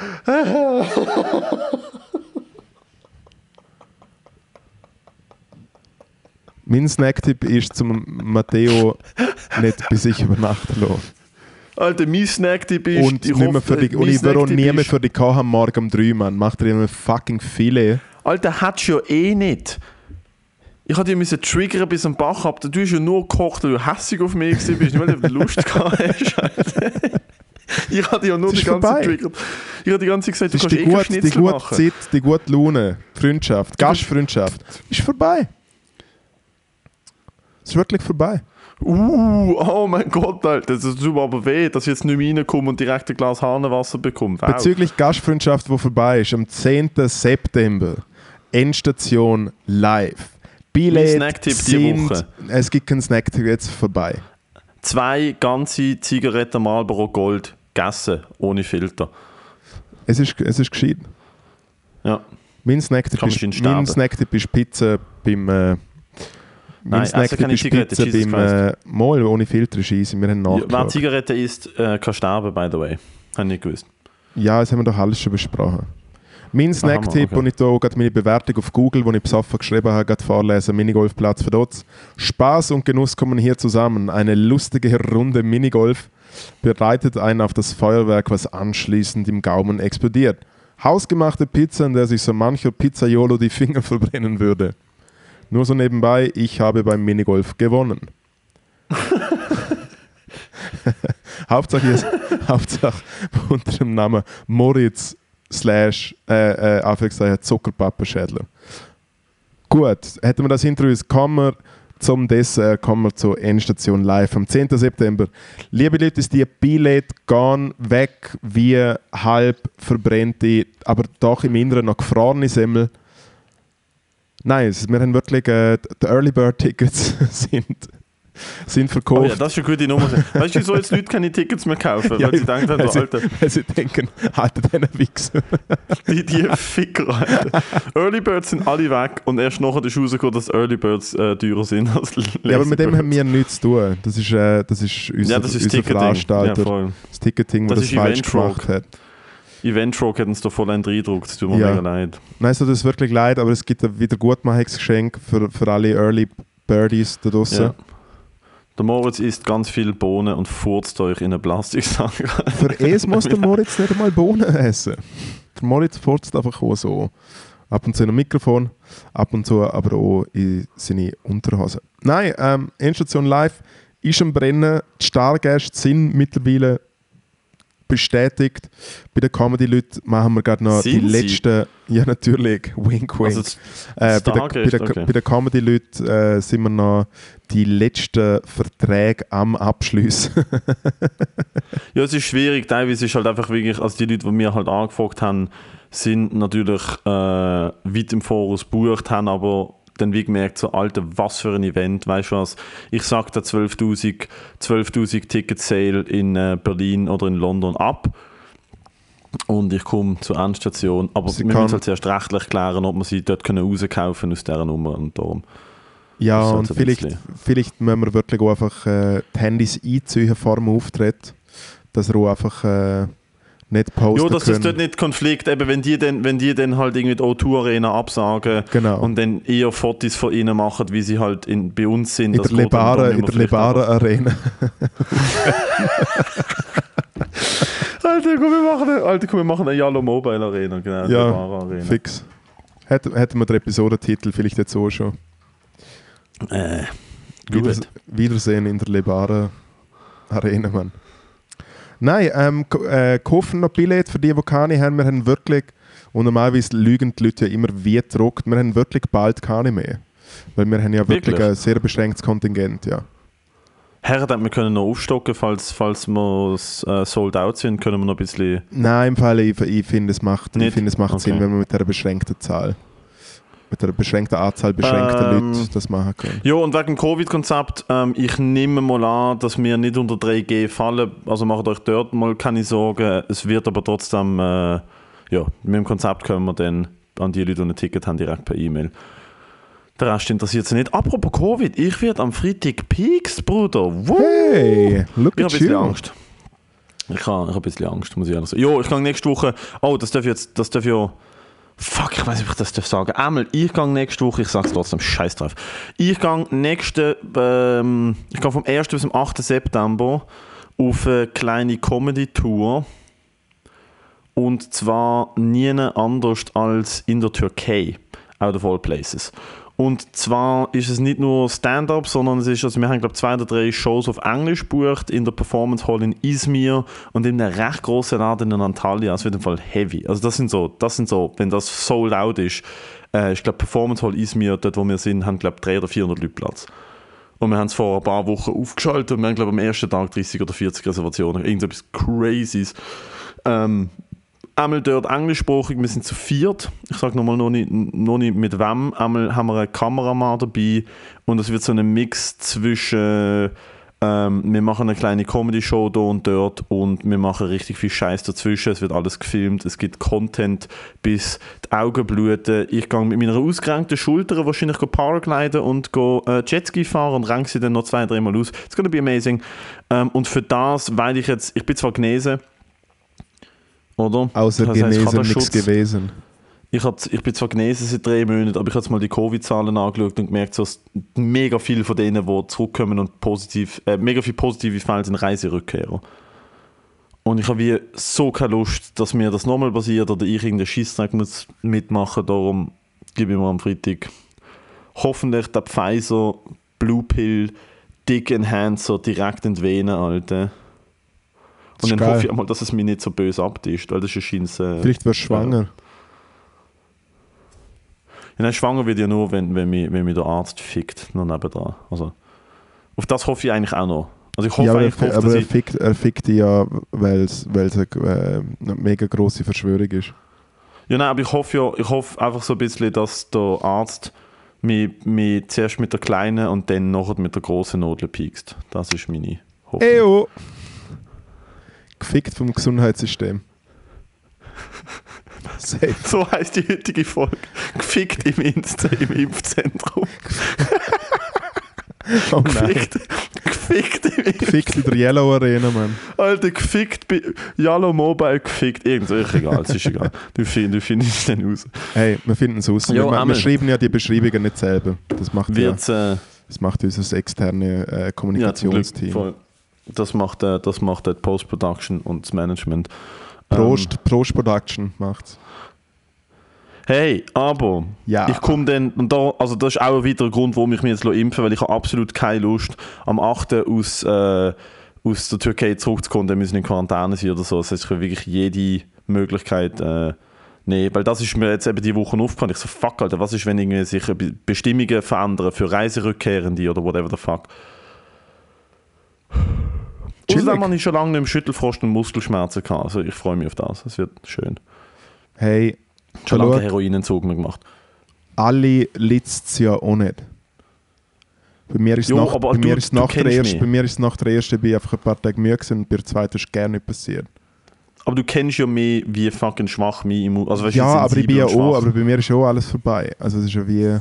Mein Snacktipp ist zum Matteo nicht bei sich übernachten lassen. Alter, mein Snacktipp ist... Und, ich, hoffe, für die, und ich würde auch nie mehr für die K H am Morgen um drei, Mann. Mach dir einen fucking Filet. Alter, hättest du ja eh nicht. Ich hatte dich triggern bis am Bach ab. Du hast ja nur gekocht, weil du hässig auf mich warst, nicht weil du Lust gehabt hast. Ich hatte ja nur die ganze Zeit triggert. Ich habe die ganze Zeit gesagt, du kannst eh keinen Schnitzel die gute machen. Zeit, die gute Laune, Freundschaft, Gastfreundschaft ist vorbei. Es ist wirklich vorbei. Uh, oh mein Gott, Alter, das tut mir aber weh, dass ich jetzt nicht mehr reinkomme und direkt ein Glas Hahnenwasser bekomme. Wow. Bezüglich Gastfreundschaft, die vorbei ist, am zehnten September, Endstation live. Billett sind, es gibt keinen Snacktipp, jetzt vorbei. Zwei ganze Zigaretten Marlboro Gold gegessen, ohne Filter. Es ist, es ist gescheit. Ja. Mein Snacktipp ist, mein Snacktipp ist Pizza beim... Äh, Mein Nein, Snacktipp also ist Pizza beim äh, Mall ohne Filter ist easy. Wir haben nachgeschaut. Ja, wer Zigarette isst, äh, kann sterben, by the way. Habe ich nicht gewusst. Ja, das haben wir doch alles schon besprochen. Mein Snack-Tipp, okay. Und ich hier gerade meine Bewertung auf Google, die ich besoffen geschrieben habe, gerade vorlesen. Minigolfplatz für dort. Spaß und Genuss kommen hier zusammen. Eine lustige Runde Minigolf bereitet einen auf das Feuerwerk, was anschließend im Gaumen explodiert. Hausgemachte Pizza, in der sich so mancher Pizzaiolo die Finger verbrennen würde. Nur so nebenbei, ich habe beim Minigolf gewonnen. Hauptsache, ist, Hauptsache unter dem Namen Moritz slash äh, äh, Anführungszeichen Zuckerpappenschädler. Gut, hätten wir das Intro jetzt, kommen wir zum Dessert, kommen wir zur Endstation live am zehnten September. Liebe Leute, ist die Billett gehen weg wie halb verbrannte, aber doch im Inneren noch gefrorene Semmel. Nein, wir haben wirklich, äh, die Early Bird Tickets sind, sind verkauft. Oh ja, das ist eine gute Nummer. Weißt du, wieso jetzt Leute keine Tickets mehr kaufen? Weil ja, sie denken, weil sie, Alter. Weil sie denken, Alter, den Wichser. Die, die Ficker, Alter. Early Birds sind alle weg und erst nachher ist rausgekommen, dass Early Birds äh, teurer sind als Lazy Ja, aber mit dem Birds. haben wir nichts zu tun. Das ist, äh, das ist unser, ja, das ist unser Veranstalter. Ja, das Ticketing, das, das falsch gemacht hat. Eventrock hat uns da voll eindruckt, es tut mir ja. mega leid. Nein, es tut uns wirklich leid, aber es gibt ein Wiedergutmachungsgeschenk für, für alle Early Birdies da draussen. Ja. Der Moritz isst ganz viel Bohnen und furzt euch in eine Plastiksack. Für es muss der Moritz nicht einmal Bohnen essen. Der Moritz furzt einfach auch so. Ab und zu in ein Mikrofon, ab und zu aber auch in seine Unterhose. Nein, ähm, Endstation Live ist am Brennen. Die Stargäste sind mittlerweile bestätigt. Bei den Comedy-Leuten machen wir gerade noch sind die letzten... Sie? Ja, natürlich. Wink, wink. Also äh, bei, den, bei, den, okay. bei den Comedy-Leuten äh, sind wir noch die letzten Verträge am Abschluss. Ja, es ist schwierig. Teilweise ist halt einfach wirklich... Also die Leute, die wir halt angefragt haben, sind natürlich äh, weit im Voraus gebucht, haben aber dann wie gemerkt, so, Alter, was für ein Event, weißt du was, ich sag da zwölftausend Ticket-Sale in äh, Berlin oder in London ab und ich komme zur Endstation, aber Sie wir müssen halt zuerst rechtlich klären, ob wir sie dort können rauskaufen aus dieser Nummer und darum. Ja, und vielleicht, vielleicht müssen wir wirklich auch einfach äh, die Handys einziehen vor dem Auftritt, dass er auch einfach... Äh, nicht posten ja, dass können. das dort nicht Konflikt, eben wenn die dann, wenn die dann halt irgendwie die O zwei Arena absagen genau. und dann eher Fotos von ihnen machen, wie sie halt in, bei uns sind. In der Lebara, in der Lebara Arena. Alter, komm, wir machen eine, Alter, komm, wir machen eine Yalo Mobile Arena, genau. Ja, Lebara Arena. Fix. Hätten, hätten wir den Episodentitel vielleicht jetzt so schon. Äh, Widers- Wiedersehen in der Lebara Arena, Mann. Nein, ähm, äh, kaufen noch Billett für die, die keine haben. Wir haben wirklich, und normalerweise lügen die Leute ja immer wie gedruckt, wir haben wirklich bald keine mehr. Weil wir haben ja wirklich, wirklich? ein sehr beschränktes Kontingent, ja. Herr, wir können noch aufstocken, falls, falls wir äh, sold out sind, können wir noch ein bisschen... Nein, im Fall, ich, ich finde, es macht, ich find, es macht okay. Sinn, wenn wir mit einer beschränkten Zahl, mit einer beschränkten Anzahl beschränkter ähm, Leute das machen können. Ja, und wegen dem Covid-Konzept, ähm, ich nehme mal an, dass wir nicht unter drei G fallen, also macht euch dort mal keine Sorgen, es wird aber trotzdem, äh, ja, mit dem Konzept können wir dann an die Leute, die ein Ticket haben, direkt per E-Mail. Der Rest interessiert sie nicht. Apropos Covid, ich werde am Freitag Peaks, Bruder. Woo! Hey, look ich at habe ein bisschen you. Angst. Ich habe hab ein bisschen Angst, muss ich ehrlich sagen. Jo, ich gehe nächste Woche, oh, das darf jetzt, das darf ja... Fuck, ich weiß nicht, ob ich das darf sagen. Einmal, ich gehe nächste Woche, ich sag's trotzdem, scheiß drauf. Ich gehe nächste, ähm, ich gehe vom ersten bis zum achten September auf eine kleine Comedy-Tour. Und zwar nie anders als in der Türkei, out of all places. Und zwar ist es nicht nur Stand-up, sondern es ist, also wir haben glaube ich zwei oder drei Shows auf Englisch gebucht in der Performance Hall in Izmir und in einem recht grossen Laden in Antalya. Das wird im Fall heavy. Also das sind so, das sind so, wenn das sold out ist, äh, ich glaube Performance Hall Izmir, dort wo wir sind, haben glaube ich dreihundert oder vierhundert Leute Platz. Und wir haben es vor ein paar Wochen aufgeschaltet und wir haben glaube ich am ersten Tag dreißig oder vierzig Reservationen. Irgendetwas Crazyes. Ähm, Einmal dort englischsprachig, wir sind zu viert. Ich sage nochmal noch nicht, noch nicht mit wem. Einmal haben wir einen Kameramann dabei und es wird so ein Mix zwischen, ähm, wir machen eine kleine Comedy-Show da und dort und wir machen richtig viel Scheiß dazwischen. Es wird alles gefilmt, es gibt Content bis die Augen bluten. Ich gehe mit meiner ausgerenkten Schulter wahrscheinlich Paragliden und gehe, äh, Jetski fahren und renke sie dann noch zwei, dreimal aus. It's gonna be amazing. Ähm, und für das, weil ich jetzt, ich bin zwar genesen, oder? Außer das heißt, genesen nichts gewesen. Ich, hab, ich bin zwar genesen seit drei Monaten, aber ich habe jetzt mal die Covid-Zahlen angeschaut und gemerkt, dass mega viele von denen, die zurückkommen und positiv, äh, mega viele positive Fälle sind Reiserückkehrer. Und ich habe wie so keine Lust, dass mir das nochmal passiert oder ich irgendeinen Scheissdreck muss mitmachen. Darum gebe ich mir am Freitag hoffentlich den Pfizer Blue Pill Dick Enhancer direkt in die Venen, Alter. Und dann geil. Hoffe ich einmal, dass es mich nicht so böse abtischt, weil das ist ein äh, Vielleicht wirst du schwanger. Ja, nein, schwanger wird ja nur, wenn, wenn, mich, wenn mich der Arzt fickt, noch nebendran. Also, auf das hoffe ich eigentlich auch noch. Also ich hoffe ja, aber eigentlich, er, hoffe, aber er fickt, er fickt dich ja, weil es eine, äh, eine mega grosse Verschwörung ist. Ja, nein, aber ich hoffe ja, ich hoffe einfach so ein bisschen, dass der Arzt mich, mich zuerst mit der kleinen und dann nachher mit der grossen Nadel piekst. Das ist meine Hoffnung. Ejo! Gefickt vom Gesundheitssystem. Safe. So heisst die heutige Folge. Gefickt im, Inst- im Impfzentrum. Oh nein. Gefickt, gefickt im Impfzentrum. Gefickt in der Yellow Arena, Mann. Alter, gefickt bei Yellow Mobile, gefickt. Irgend so, ist egal, es ist egal. Du, find, du findest es dann raus. Hey, wir finden es raus. Jo, wir, wir schreiben ja die Beschreibungen nicht selber. Das macht, ja, äh, das macht unser externes äh, Kommunikationsteam. Ja, das macht, äh, das macht äh, die Post-Production und das Management. Prost, ähm, Prost Production macht's. Hey, aber ja. ich komme dann, und da, also das ist auch ein weiterer Grund, warum ich mich jetzt impfen lasse, weil ich habe absolut keine Lust, am achten aus, äh, aus der Türkei zurückzukommen, dann müssen in Quarantäne sein oder so. Das heißt, ich will wirklich jede Möglichkeit äh, nehmen, weil das ist mir jetzt eben die Woche aufgefallen. Ich so, fuck, Alter, was ist, wenn irgendwie sich Bestimmungen verändern für Reiserückkehrende oder whatever the fuck. Außerdem habe ich schon lange nicht im Schüttelfrost und Muskelschmerzen gehabt. Also ich freue mich auf das. Es wird schön. Hey, schon lange keinen Heroinentzug mehr gemacht. Alle litzt es ja auch nicht. Bei mir ist es nach, bei mir ist nach der ersten, bei mir ist nach der ersten, bin ich einfach ein paar Tage müde gewesen und bei der zweiten ist gar nicht passiert. Aber du kennst ja mehr, wie fucking schwach mein Immun... Also, weißt, ja, aber ich bin ja auch, aber bei mir ist auch alles vorbei. Also es ist ja wie...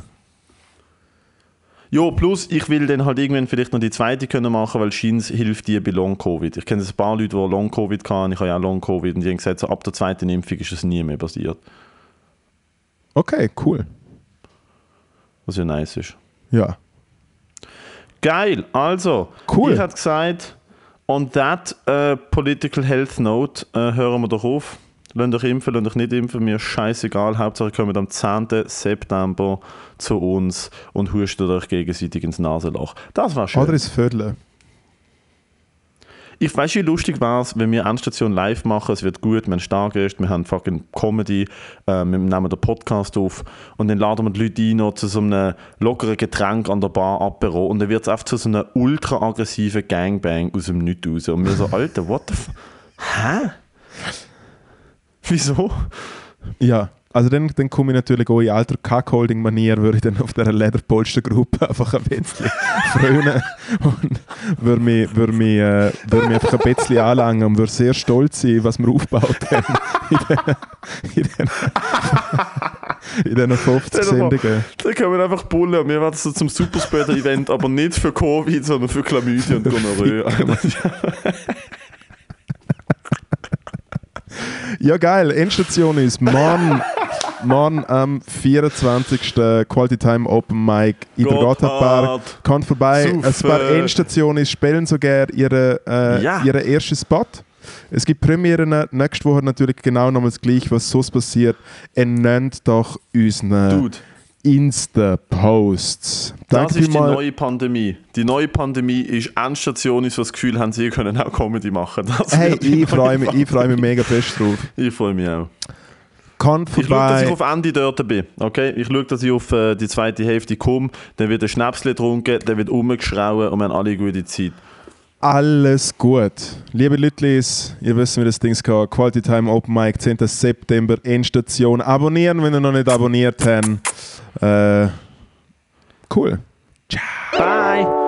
Jo, plus ich will dann halt irgendwann vielleicht noch die zweite können machen, weil Scheins hilft dir bei Long-Covid. Ich kenne ein paar Leute, die Long-Covid hatten, ich habe ja auch Long-Covid und die haben gesagt, so ab der zweiten Impfung ist es nie mehr passiert. Okay, cool. Was ja nice ist. Ja. Geil, also, cool. Ich hätte gesagt, on that uh, political health note uh, hören wir doch auf. Lasst euch impfen, lasst euch nicht impfen, mir ist scheißegal. Hauptsache kommt am zehnten September zu uns und hustet euch gegenseitig ins Nasenloch. Das war schön. Oder ins Viertel. Ich weiß, wie lustig war es, wenn wir Endstation live machen. Es wird gut, wir haben Stargäste, wir haben fucking Comedy, äh, wir nehmen den Podcast auf und dann laden wir die Leute ein noch zu so einem lockeren Getränk an der Bar Apero und dann wird es einfach zu so einem ultra aggressiven Gangbang aus dem Nichts raus. Und wir so, Alter, what the f... Hä? Wieso? Ja, also dann, dann komme ich natürlich auch in alter Kackholding-Manier, würde ich dann auf dieser Lederpolstergruppe einfach ein bisschen freuen und würde mich, würde mich, äh, würde mich einfach ein bisschen anlangen und würde sehr stolz sein, was wir aufgebaut haben in diesen in diesen fünfzig Sendungen. Dann können wir einfach bullen. Wir werden so zum Superspreader-Event, aber nicht für Covid, sondern für Chlamydien und Gonorrhoe. Ja, geil. Endstation ist morgen, morgen am vierundzwanzigsten Quality Time Open Mic in der Gotthardpark. Kommt vorbei. Super. Ein paar Endstationen spielen sogar ihren äh, ja. ihre ersten Spot. Es gibt Premieren nächste Woche natürlich genau nochmal das Gleiche, was sonst passiert. Nennt doch unseren Insta-Posts. Das ist die neue Pandemie. Die neue Pandemie ist Endstation, ist, was das Gefühl haben, sie können auch Comedy machen. Das hey, ich freue mich, ich freu mich mega fest drauf. Ich freue mich auch. Kommt vorbei. Ich schaue, dass ich auf Ende dort bin. Okay? Ich schaue, dass ich auf äh, die zweite Hälfte komme. Dann wird ein Schnäpsle getrunken, dann wird rumgeschrauen und wir haben alle gute Zeit. Alles gut. Liebe Lütlis, ihr wisst, wie das Ding geht. Quality Time Open Mic, zehnten September, Endstation. Abonnieren, wenn ihr noch nicht abonniert habt. Äh, cool. Ciao. Bye.